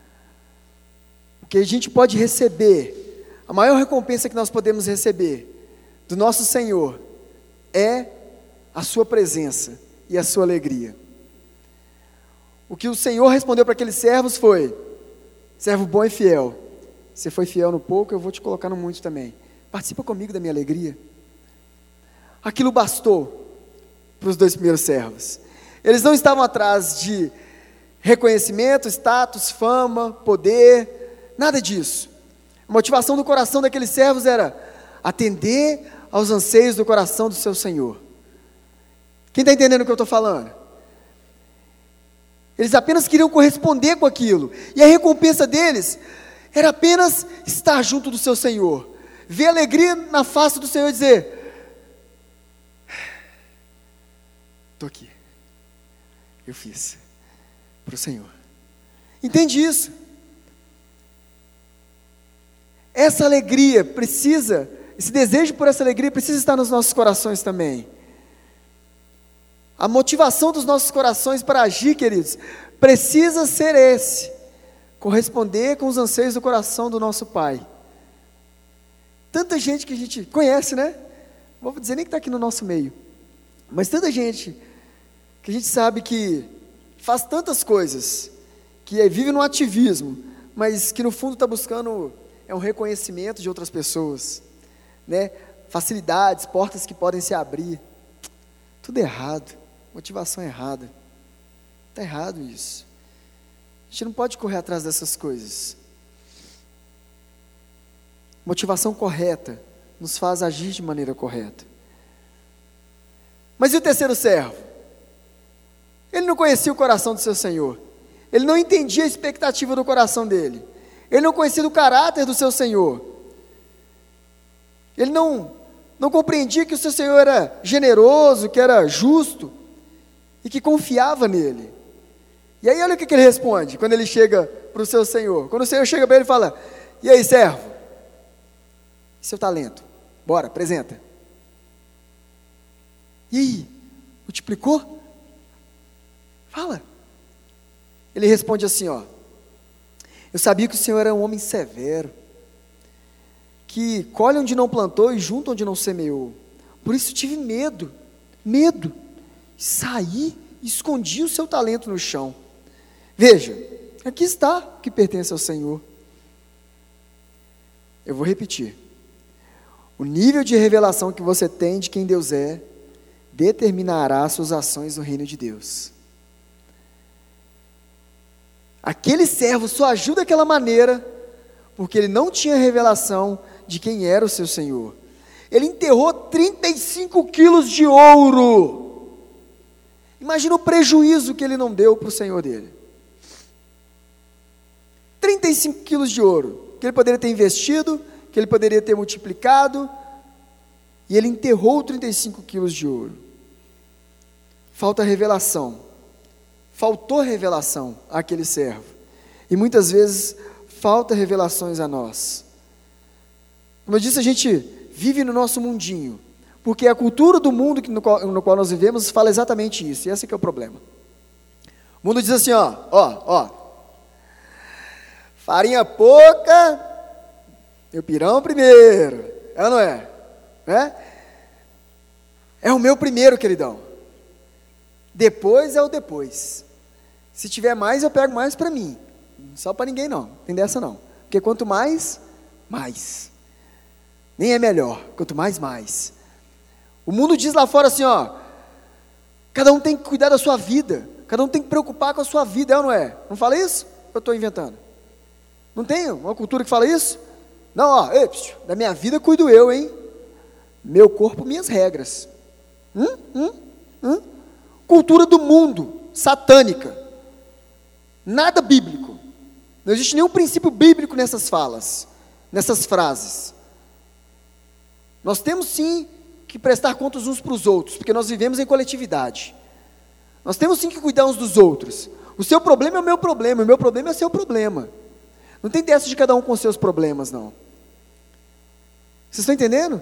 o que a gente pode receber, a maior recompensa que nós podemos receber do nosso Senhor é a sua presença e a sua alegria. O que o Senhor respondeu para aqueles servos foi: servo bom e fiel, você foi fiel no pouco, eu vou te colocar no muito também, participa comigo da minha alegria. Aquilo bastou para os 2 primeiros servos. Eles não estavam atrás de reconhecimento, status, fama, poder, nada disso. A motivação do coração daqueles servos era atender aos anseios do coração do seu Senhor. Quem está entendendo o que eu estou falando? Eles apenas queriam corresponder com aquilo, e a recompensa deles era apenas estar junto do seu Senhor, ver alegria na face do Senhor e dizer: estou aqui, eu fiz para o Senhor. Entende isso? Essa alegria precisa, esse desejo por essa alegria precisa estar nos nossos corações também. A motivação dos nossos corações para agir, queridos, precisa ser esse: corresponder com os anseios do coração do nosso Pai. Tanta gente que a gente conhece, né? Vou dizer nem que está aqui no nosso meio, mas tanta gente que a gente sabe que faz tantas coisas, que vive no ativismo, mas que no fundo está buscando um reconhecimento de outras pessoas, né? Facilidades, portas que podem se abrir. Tudo errado, motivação errada. Está errado isso. A gente não pode correr atrás dessas coisas. Motivação correta nos faz agir de maneira correta. Mas e o terceiro servo? Ele não conhecia o coração do seu Senhor. Ele não entendia a expectativa do coração dele. Ele não conhecia o caráter do seu Senhor. Ele não compreendia que o seu Senhor era generoso, que era justo e que confiava nele. E aí olha o que ele responde quando ele chega para o seu Senhor. Quando o Senhor chega para ele e fala: e aí, servo? E seu talento? Bora, apresenta. E aí? Multiplicou? Fala. Ele responde assim, ó: eu sabia que o Senhor era um homem severo, que colhe onde não plantou e junta onde não semeou. Por isso tive medo. Saí e escondi o seu talento no chão. Veja, aqui está o que pertence ao Senhor. Eu vou repetir. O nível de revelação que você tem de quem Deus é, determinará as suas ações no reino de Deus. Aquele servo só agiu daquela maneira porque ele não tinha revelação de quem era o seu Senhor. Ele enterrou 35 quilos de ouro. Imagina o prejuízo que ele não deu para o Senhor dele. 35 quilos de ouro, que ele poderia ter investido, que ele poderia ter multiplicado, e ele enterrou 35 quilos de ouro. Falta revelação. Faltou revelação àquele servo. E muitas vezes falta revelações a nós. Como eu disse, a gente vive no nosso mundinho, porque a cultura do mundo no qual nós vivemos fala exatamente isso, e esse que é o problema. O mundo diz assim, ó, farinha pouca, meu pirão primeiro, é ou não é? É o meu primeiro, queridão. Depois é o depois. Se tiver mais, eu pego mais para mim. Só para ninguém não, tem dessa não. Porque quanto mais, mais. Nem é melhor, quanto mais, mais. O mundo diz lá fora assim, ó, cada um tem que cuidar da sua vida, cada um tem que preocupar com a sua vida, é ou não é? Não fala isso? Eu estou inventando. Não tem uma cultura que fala isso? Não, ó, da minha vida cuido eu, hein? Meu corpo, minhas regras. Cultura do mundo, satânica. Nada bíblico. Não existe nenhum princípio bíblico nessas falas, nessas frases. Nós temos sim que prestar contas uns para os outros, porque nós vivemos em coletividade. Nós temos sim que cuidar uns dos outros. O seu problema é o meu problema, o meu problema é o seu problema. Não tem dessa de cada um com seus problemas, não. Vocês estão entendendo?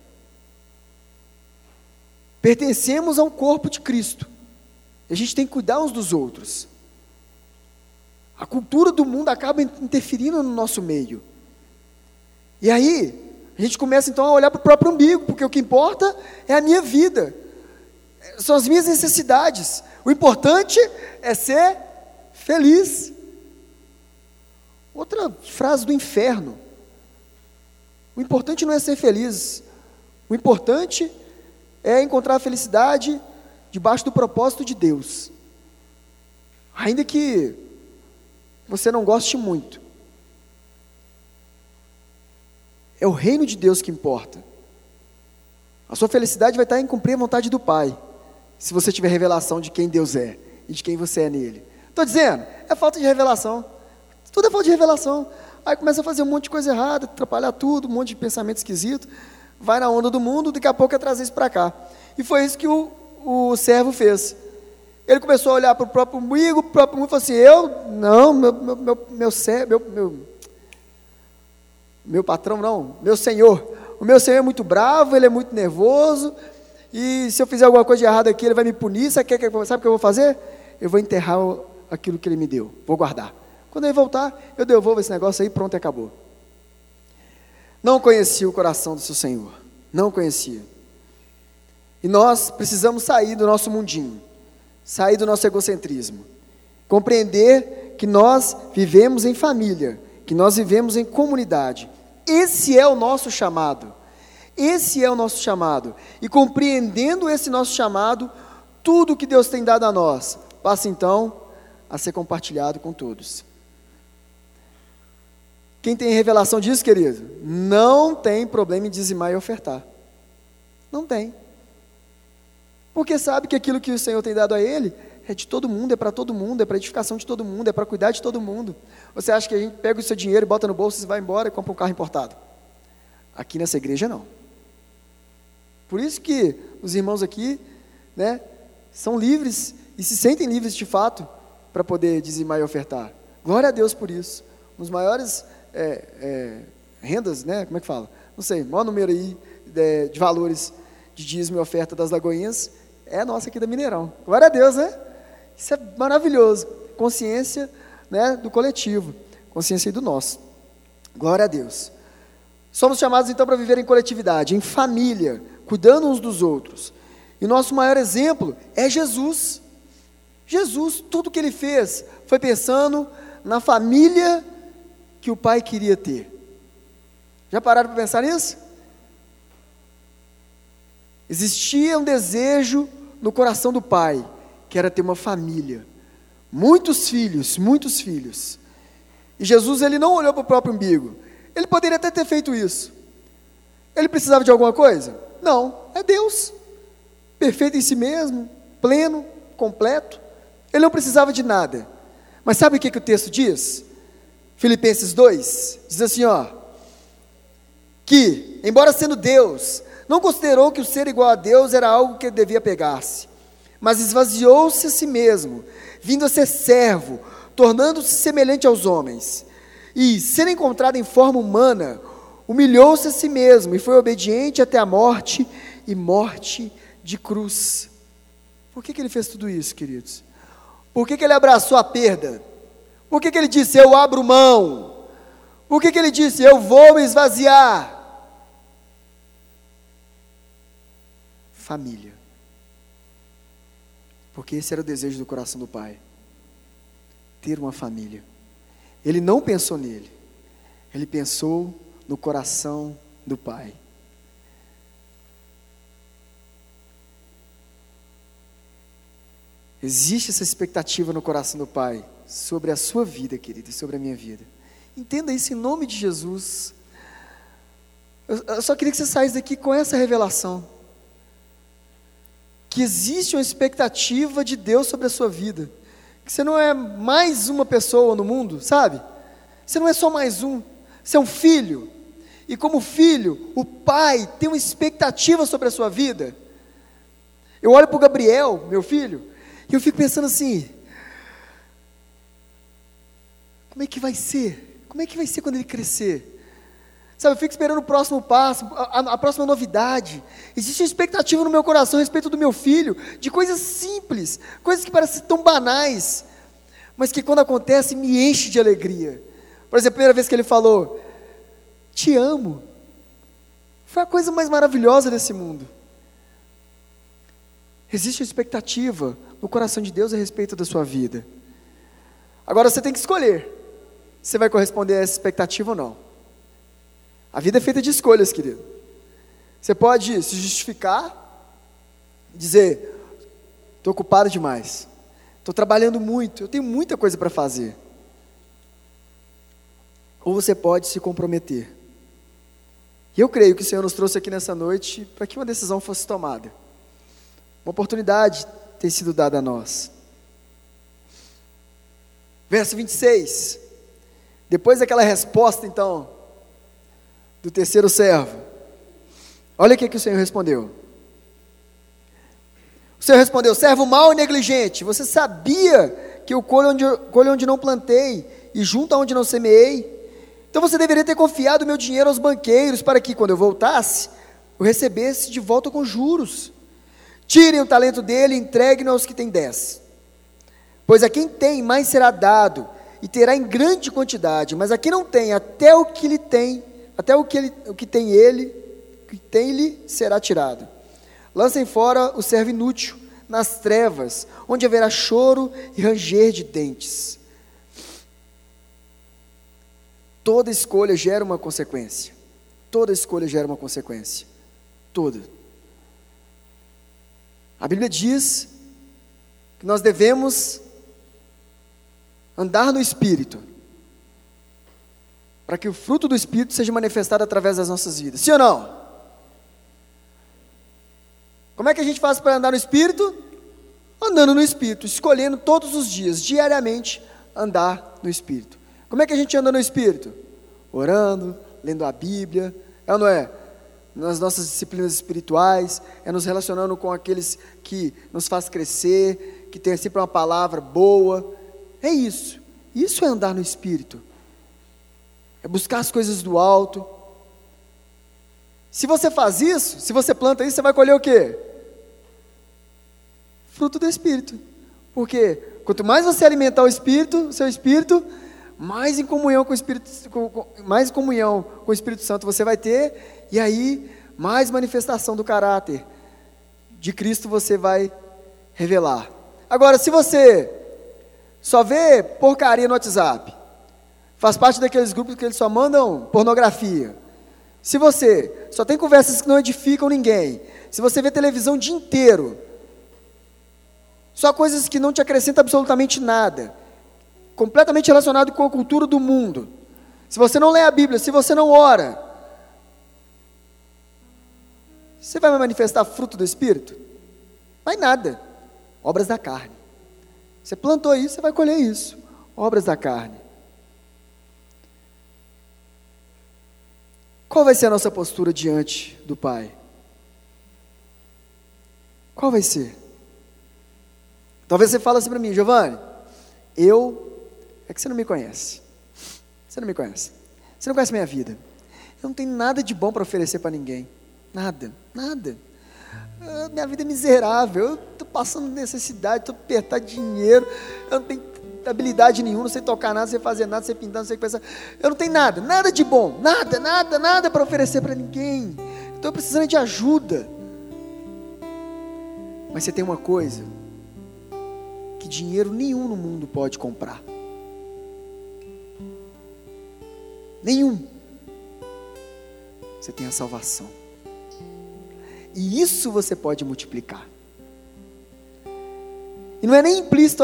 Pertencemos ao corpo de Cristo. E a gente tem que cuidar uns dos outros. A cultura do mundo acaba interferindo no nosso meio. E aí, a gente começa então a olhar para o próprio umbigo, porque o que importa é a minha vida, são as minhas necessidades. O importante é ser feliz. Outra frase do inferno. O importante não é ser feliz. O importante é encontrar a felicidade debaixo do propósito de Deus. Ainda que você não goste muito. É o reino de Deus que importa. A sua felicidade vai estar em cumprir a vontade do Pai, se você tiver revelação de quem Deus é e de quem você é nele. Estou dizendo, é falta de revelação. Tudo é falta de revelação. Aí começa a fazer um monte de coisa errada, atrapalhar tudo, um monte de pensamento esquisito, vai na onda do mundo, daqui a pouco é trazer isso para cá. E foi isso que o servo fez. Ele começou a olhar para o próprio umbigo, e falou assim, meu patrão não, meu senhor. O meu senhor é muito bravo, ele é muito nervoso, e se eu fizer alguma coisa de errado aqui, ele vai me punir. Sabe o que eu vou fazer? Eu vou enterrar aquilo que ele me deu, vou guardar. Quando ele voltar, eu devolvo esse negócio aí, pronto, acabou. Não conhecia o coração do seu Senhor, não conhecia. E nós precisamos sair do nosso mundinho, sair do nosso egocentrismo, compreender que nós vivemos em família, que nós vivemos em comunidade. Esse é o nosso chamado, esse é o nosso chamado, e compreendendo esse nosso chamado, tudo que Deus tem dado a nós, passa então a ser compartilhado com todos. Quem tem revelação disso, querido, não tem problema em dizimar e ofertar, não tem, porque sabe que aquilo que o Senhor tem dado a ele, é de todo mundo, é para todo mundo, é para edificação de todo mundo, é para cuidar de todo mundo. Você acha que a gente pega o seu dinheiro e bota no bolso, você vai embora e compra um carro importado? Aqui nessa igreja não. Por isso que os irmãos aqui, né, são livres e se sentem livres de fato para poder dizimar e ofertar. Glória a Deus por isso. Um dos maiores rendas, né, como é que fala? Não sei, maior número aí de valores de dízimo e oferta das Lagoinhas é a nossa aqui da Mineirão. Glória a Deus, né? Isso é maravilhoso. Consciência, né, do coletivo, consciência do nosso. Glória a Deus. Somos chamados então para viver em coletividade, em família, cuidando uns dos outros. E o nosso maior exemplo é Jesus. Jesus, tudo que ele fez foi pensando na família que o Pai queria ter. Já pararam para pensar nisso? Existia um desejo no coração do Pai, que era ter uma família, muitos filhos, muitos filhos. E Jesus, ele não olhou para o próprio umbigo. Ele poderia até ter feito isso. Ele precisava de alguma coisa? Não, é Deus, perfeito em si mesmo, pleno, completo. Ele não precisava de nada. Mas sabe o que o texto diz? Filipenses 2, diz assim, que, embora sendo Deus, não considerou que o ser igual a Deus era algo que ele devia pegar-se, mas esvaziou-se a si mesmo, vindo a ser servo, tornando-se semelhante aos homens, e, sendo encontrado em forma humana, humilhou-se a si mesmo, e foi obediente até a morte, e morte de cruz. Por que ele fez tudo isso, queridos? Por que ele abraçou a perda? Por que ele disse, eu abro mão? Por que ele disse, eu vou me esvaziar? Família. Porque esse era o desejo do coração do pai. Ter uma família. Ele não pensou nele. Ele pensou no coração do pai. Existe essa expectativa no coração do pai sobre a sua vida, querido, e sobre a minha vida. Entenda isso em nome de Jesus. Eu só queria que você saísse daqui com essa revelação. Que existe uma expectativa de Deus sobre a sua vida. Que você não é mais uma pessoa no mundo, sabe? Você não é só mais um. Você é um filho. E como filho, o pai tem uma expectativa sobre a sua vida. Eu olho para o Gabriel, meu filho, e eu fico pensando assim, como é que vai ser? Como é que vai ser quando ele crescer? Sabe, eu fico esperando o próximo passo, a próxima novidade. Existe uma expectativa no meu coração a respeito do meu filho, de coisas simples, coisas que parecem tão banais, mas que quando acontece me enche de alegria. Por exemplo, a primeira vez que ele falou, te amo, foi a coisa mais maravilhosa desse mundo. Existe uma expectativa no coração de Deus a respeito da sua vida. Agora você tem que escolher, se você vai corresponder a essa expectativa ou não. A vida é feita de escolhas, querido. Você pode se justificar, dizer, estou ocupado demais, estou trabalhando muito, eu tenho muita coisa para fazer. Ou você pode se comprometer. E eu creio que o Senhor nos trouxe aqui nessa noite para que uma decisão fosse tomada. Uma oportunidade tem sido dada a nós. Verso 26. Depois daquela resposta, então, do terceiro servo, olha o que o Senhor respondeu. O Senhor respondeu, servo mau e negligente, você sabia que eu colho onde não plantei, e junto aonde não semeei? Então você deveria ter confiado o meu dinheiro aos banqueiros, para que quando eu voltasse, eu recebesse de volta com juros. Tirem o talento dele e entreguem-no aos que têm 10. Pois a quem tem, mais será dado, e terá em grande quantidade, mas a quem não tem, até o que lhe tem lhe será tirado. Lancem fora o servo inútil nas trevas, onde haverá choro e ranger de dentes. Toda escolha gera uma consequência. Toda escolha gera uma consequência. Toda. A Bíblia diz que nós devemos andar no Espírito, para que o fruto do Espírito seja manifestado através das nossas vidas. Sim ou não? Como é que a gente faz para andar no Espírito? Andando no Espírito, escolhendo todos os dias, diariamente, andar no Espírito. Como é que a gente anda no Espírito? Orando, lendo a Bíblia, é ou não é? Nas nossas disciplinas espirituais, é nos relacionando com aqueles que nos faz crescer, que tem sempre uma palavra boa. É isso. Isso é andar no Espírito. É buscar as coisas do alto. Se você faz isso, se você planta isso, você vai colher o quê? Fruto do Espírito. Porque quanto mais você alimentar o Espírito, o seu Espírito, mais em comunhão com o Espírito, mais comunhão com o Espírito Santo você vai ter, e aí mais manifestação do caráter de Cristo você vai revelar. Agora, se você só vê porcaria no WhatsApp, faz parte daqueles grupos que eles só mandam pornografia, se você só tem conversas que não edificam ninguém, se você vê televisão o dia inteiro, só coisas que não te acrescentam absolutamente nada, completamente relacionado com a cultura do mundo, se você não lê a Bíblia, se você não ora, você vai manifestar fruto do Espírito? Vai nada. Obras da carne. Você plantou isso, você vai colher isso. Obras da carne. Qual vai ser a nossa postura diante do Pai? Qual vai ser? Talvez você fale assim para mim, Giovanni, é que você não me conhece. Você não me conhece. Você não conhece minha vida. Eu não tenho nada de bom para oferecer para ninguém. Nada, nada. minha vida é miserável, eu estou passando necessidade, estou apertado de dinheiro, eu não tenho habilidade nenhuma, não sei tocar nada, não sei fazer nada, não sei pintar, não sei pensar, eu não tenho nada, nada de bom, nada para oferecer para ninguém, estou precisando de ajuda. Mas você tem uma coisa que dinheiro nenhum no mundo pode comprar, nenhum. Você tem a salvação, e isso você pode multiplicar, e não é nem implícito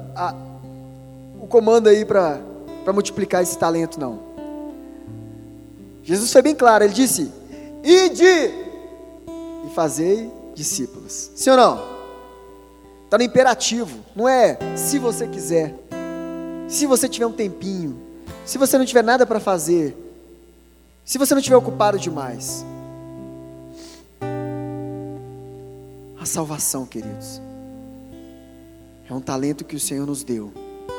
o comando aí para multiplicar esse talento, não. Jesus foi bem claro, ele disse: ide e fazei discípulos. Sim ou não? Está no imperativo, não é se você quiser, se você tiver um tempinho, se você não tiver nada para fazer, se você não estiver ocupado demais. A salvação, queridos, é um talento que o Senhor nos deu.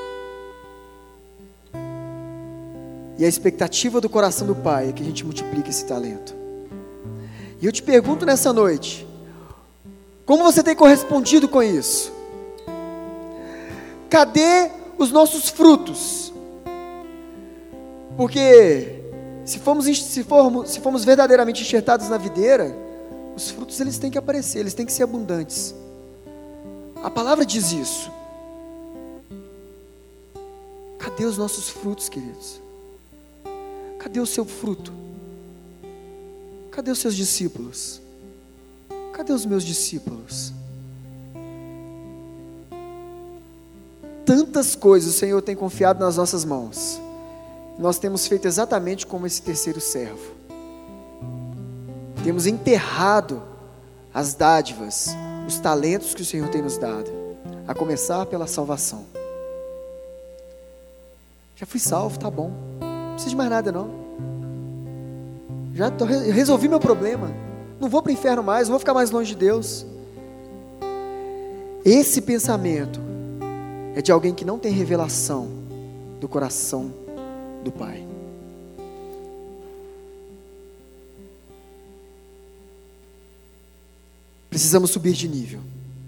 E a expectativa do coração do Pai é que a gente multiplique esse talento. E eu te pergunto nessa noite, como você tem correspondido com isso? Cadê os nossos frutos? Porque se formos verdadeiramente enxertados na videira, os frutos eles têm que aparecer, eles têm que ser abundantes. A palavra diz isso. Cadê os nossos frutos, queridos? Cadê o seu fruto? Cadê os seus discípulos? Cadê os meus discípulos? Tantas coisas o Senhor tem confiado nas nossas mãos. Nós temos feito exatamente como esse terceiro servo. Temos enterrado as dádivas, os talentos que o Senhor tem nos dado, a começar pela salvação. Já fui salvo, tá bom, não preciso de mais nada não. Já resolvi meu problema, não vou para o inferno mais, não vou ficar mais longe de Deus. Esse pensamento é de alguém que não tem revelação do coração do Pai. Precisamos subir de nível.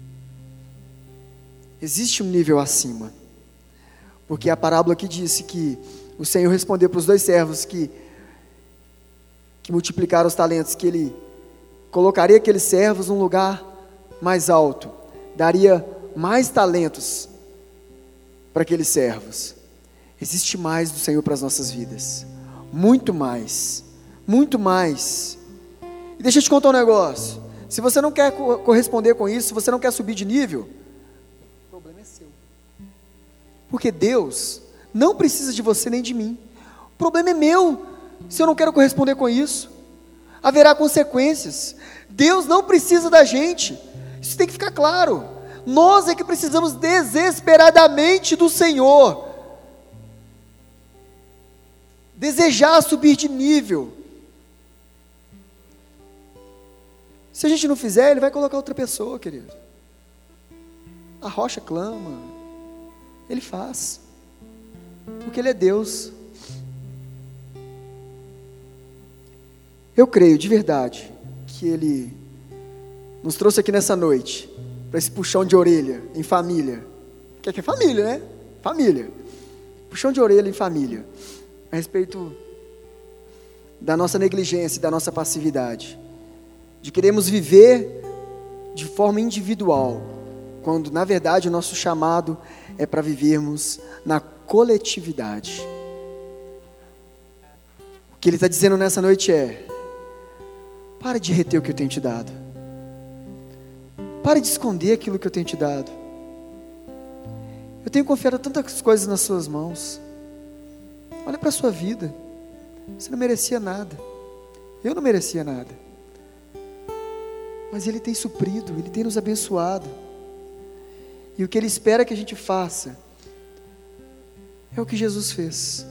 Existe um nível acima, porque a parábola aqui disse que o Senhor respondeu para os dois servos que multiplicaram os talentos, que Ele colocaria aqueles servos num lugar mais alto, daria mais talentos para aqueles servos. Existe mais do Senhor para as nossas vidas, muito mais, muito mais. E deixa eu te contar um negócio, se você não quer corresponder com isso, se você não quer subir de nível, o problema é seu, porque Deus não precisa de você nem de mim, o problema é meu, se eu não quero corresponder com isso, haverá consequências. Deus não precisa da gente, isso tem que ficar claro. Nós é que precisamos desesperadamente do Senhor, desejar subir de nível. Se a gente não fizer, Ele vai colocar outra pessoa, querido. A rocha clama, Ele faz, porque Ele é Deus. Eu creio de verdade que Ele nos trouxe aqui nessa noite para esse puxão de orelha em família. Que é família, né? Família. Puxão de orelha em família. A respeito da nossa negligência, da nossa passividade. De queremos viver de forma individual, quando na verdade o nosso chamado é para vivermos na coletividade. O que Ele está dizendo nessa noite é: para de reter o que eu tenho te dado. Pare de esconder aquilo que eu tenho te dado. Eu tenho confiado tantas coisas nas suas mãos. Olha para a sua vida. Você não merecia nada. Eu não merecia nada. Mas Ele tem suprido, Ele tem nos abençoado. E o que Ele espera que a gente faça é o que Jesus fez.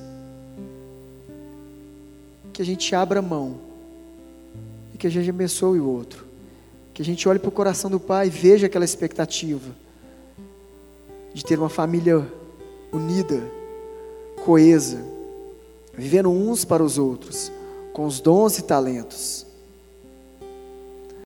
Que a gente abra mão e que a gente abençoe o outro. Que a gente olhe para o coração do Pai e veja aquela expectativa de ter uma família unida, coesa, vivendo uns para os outros, com os dons e talentos.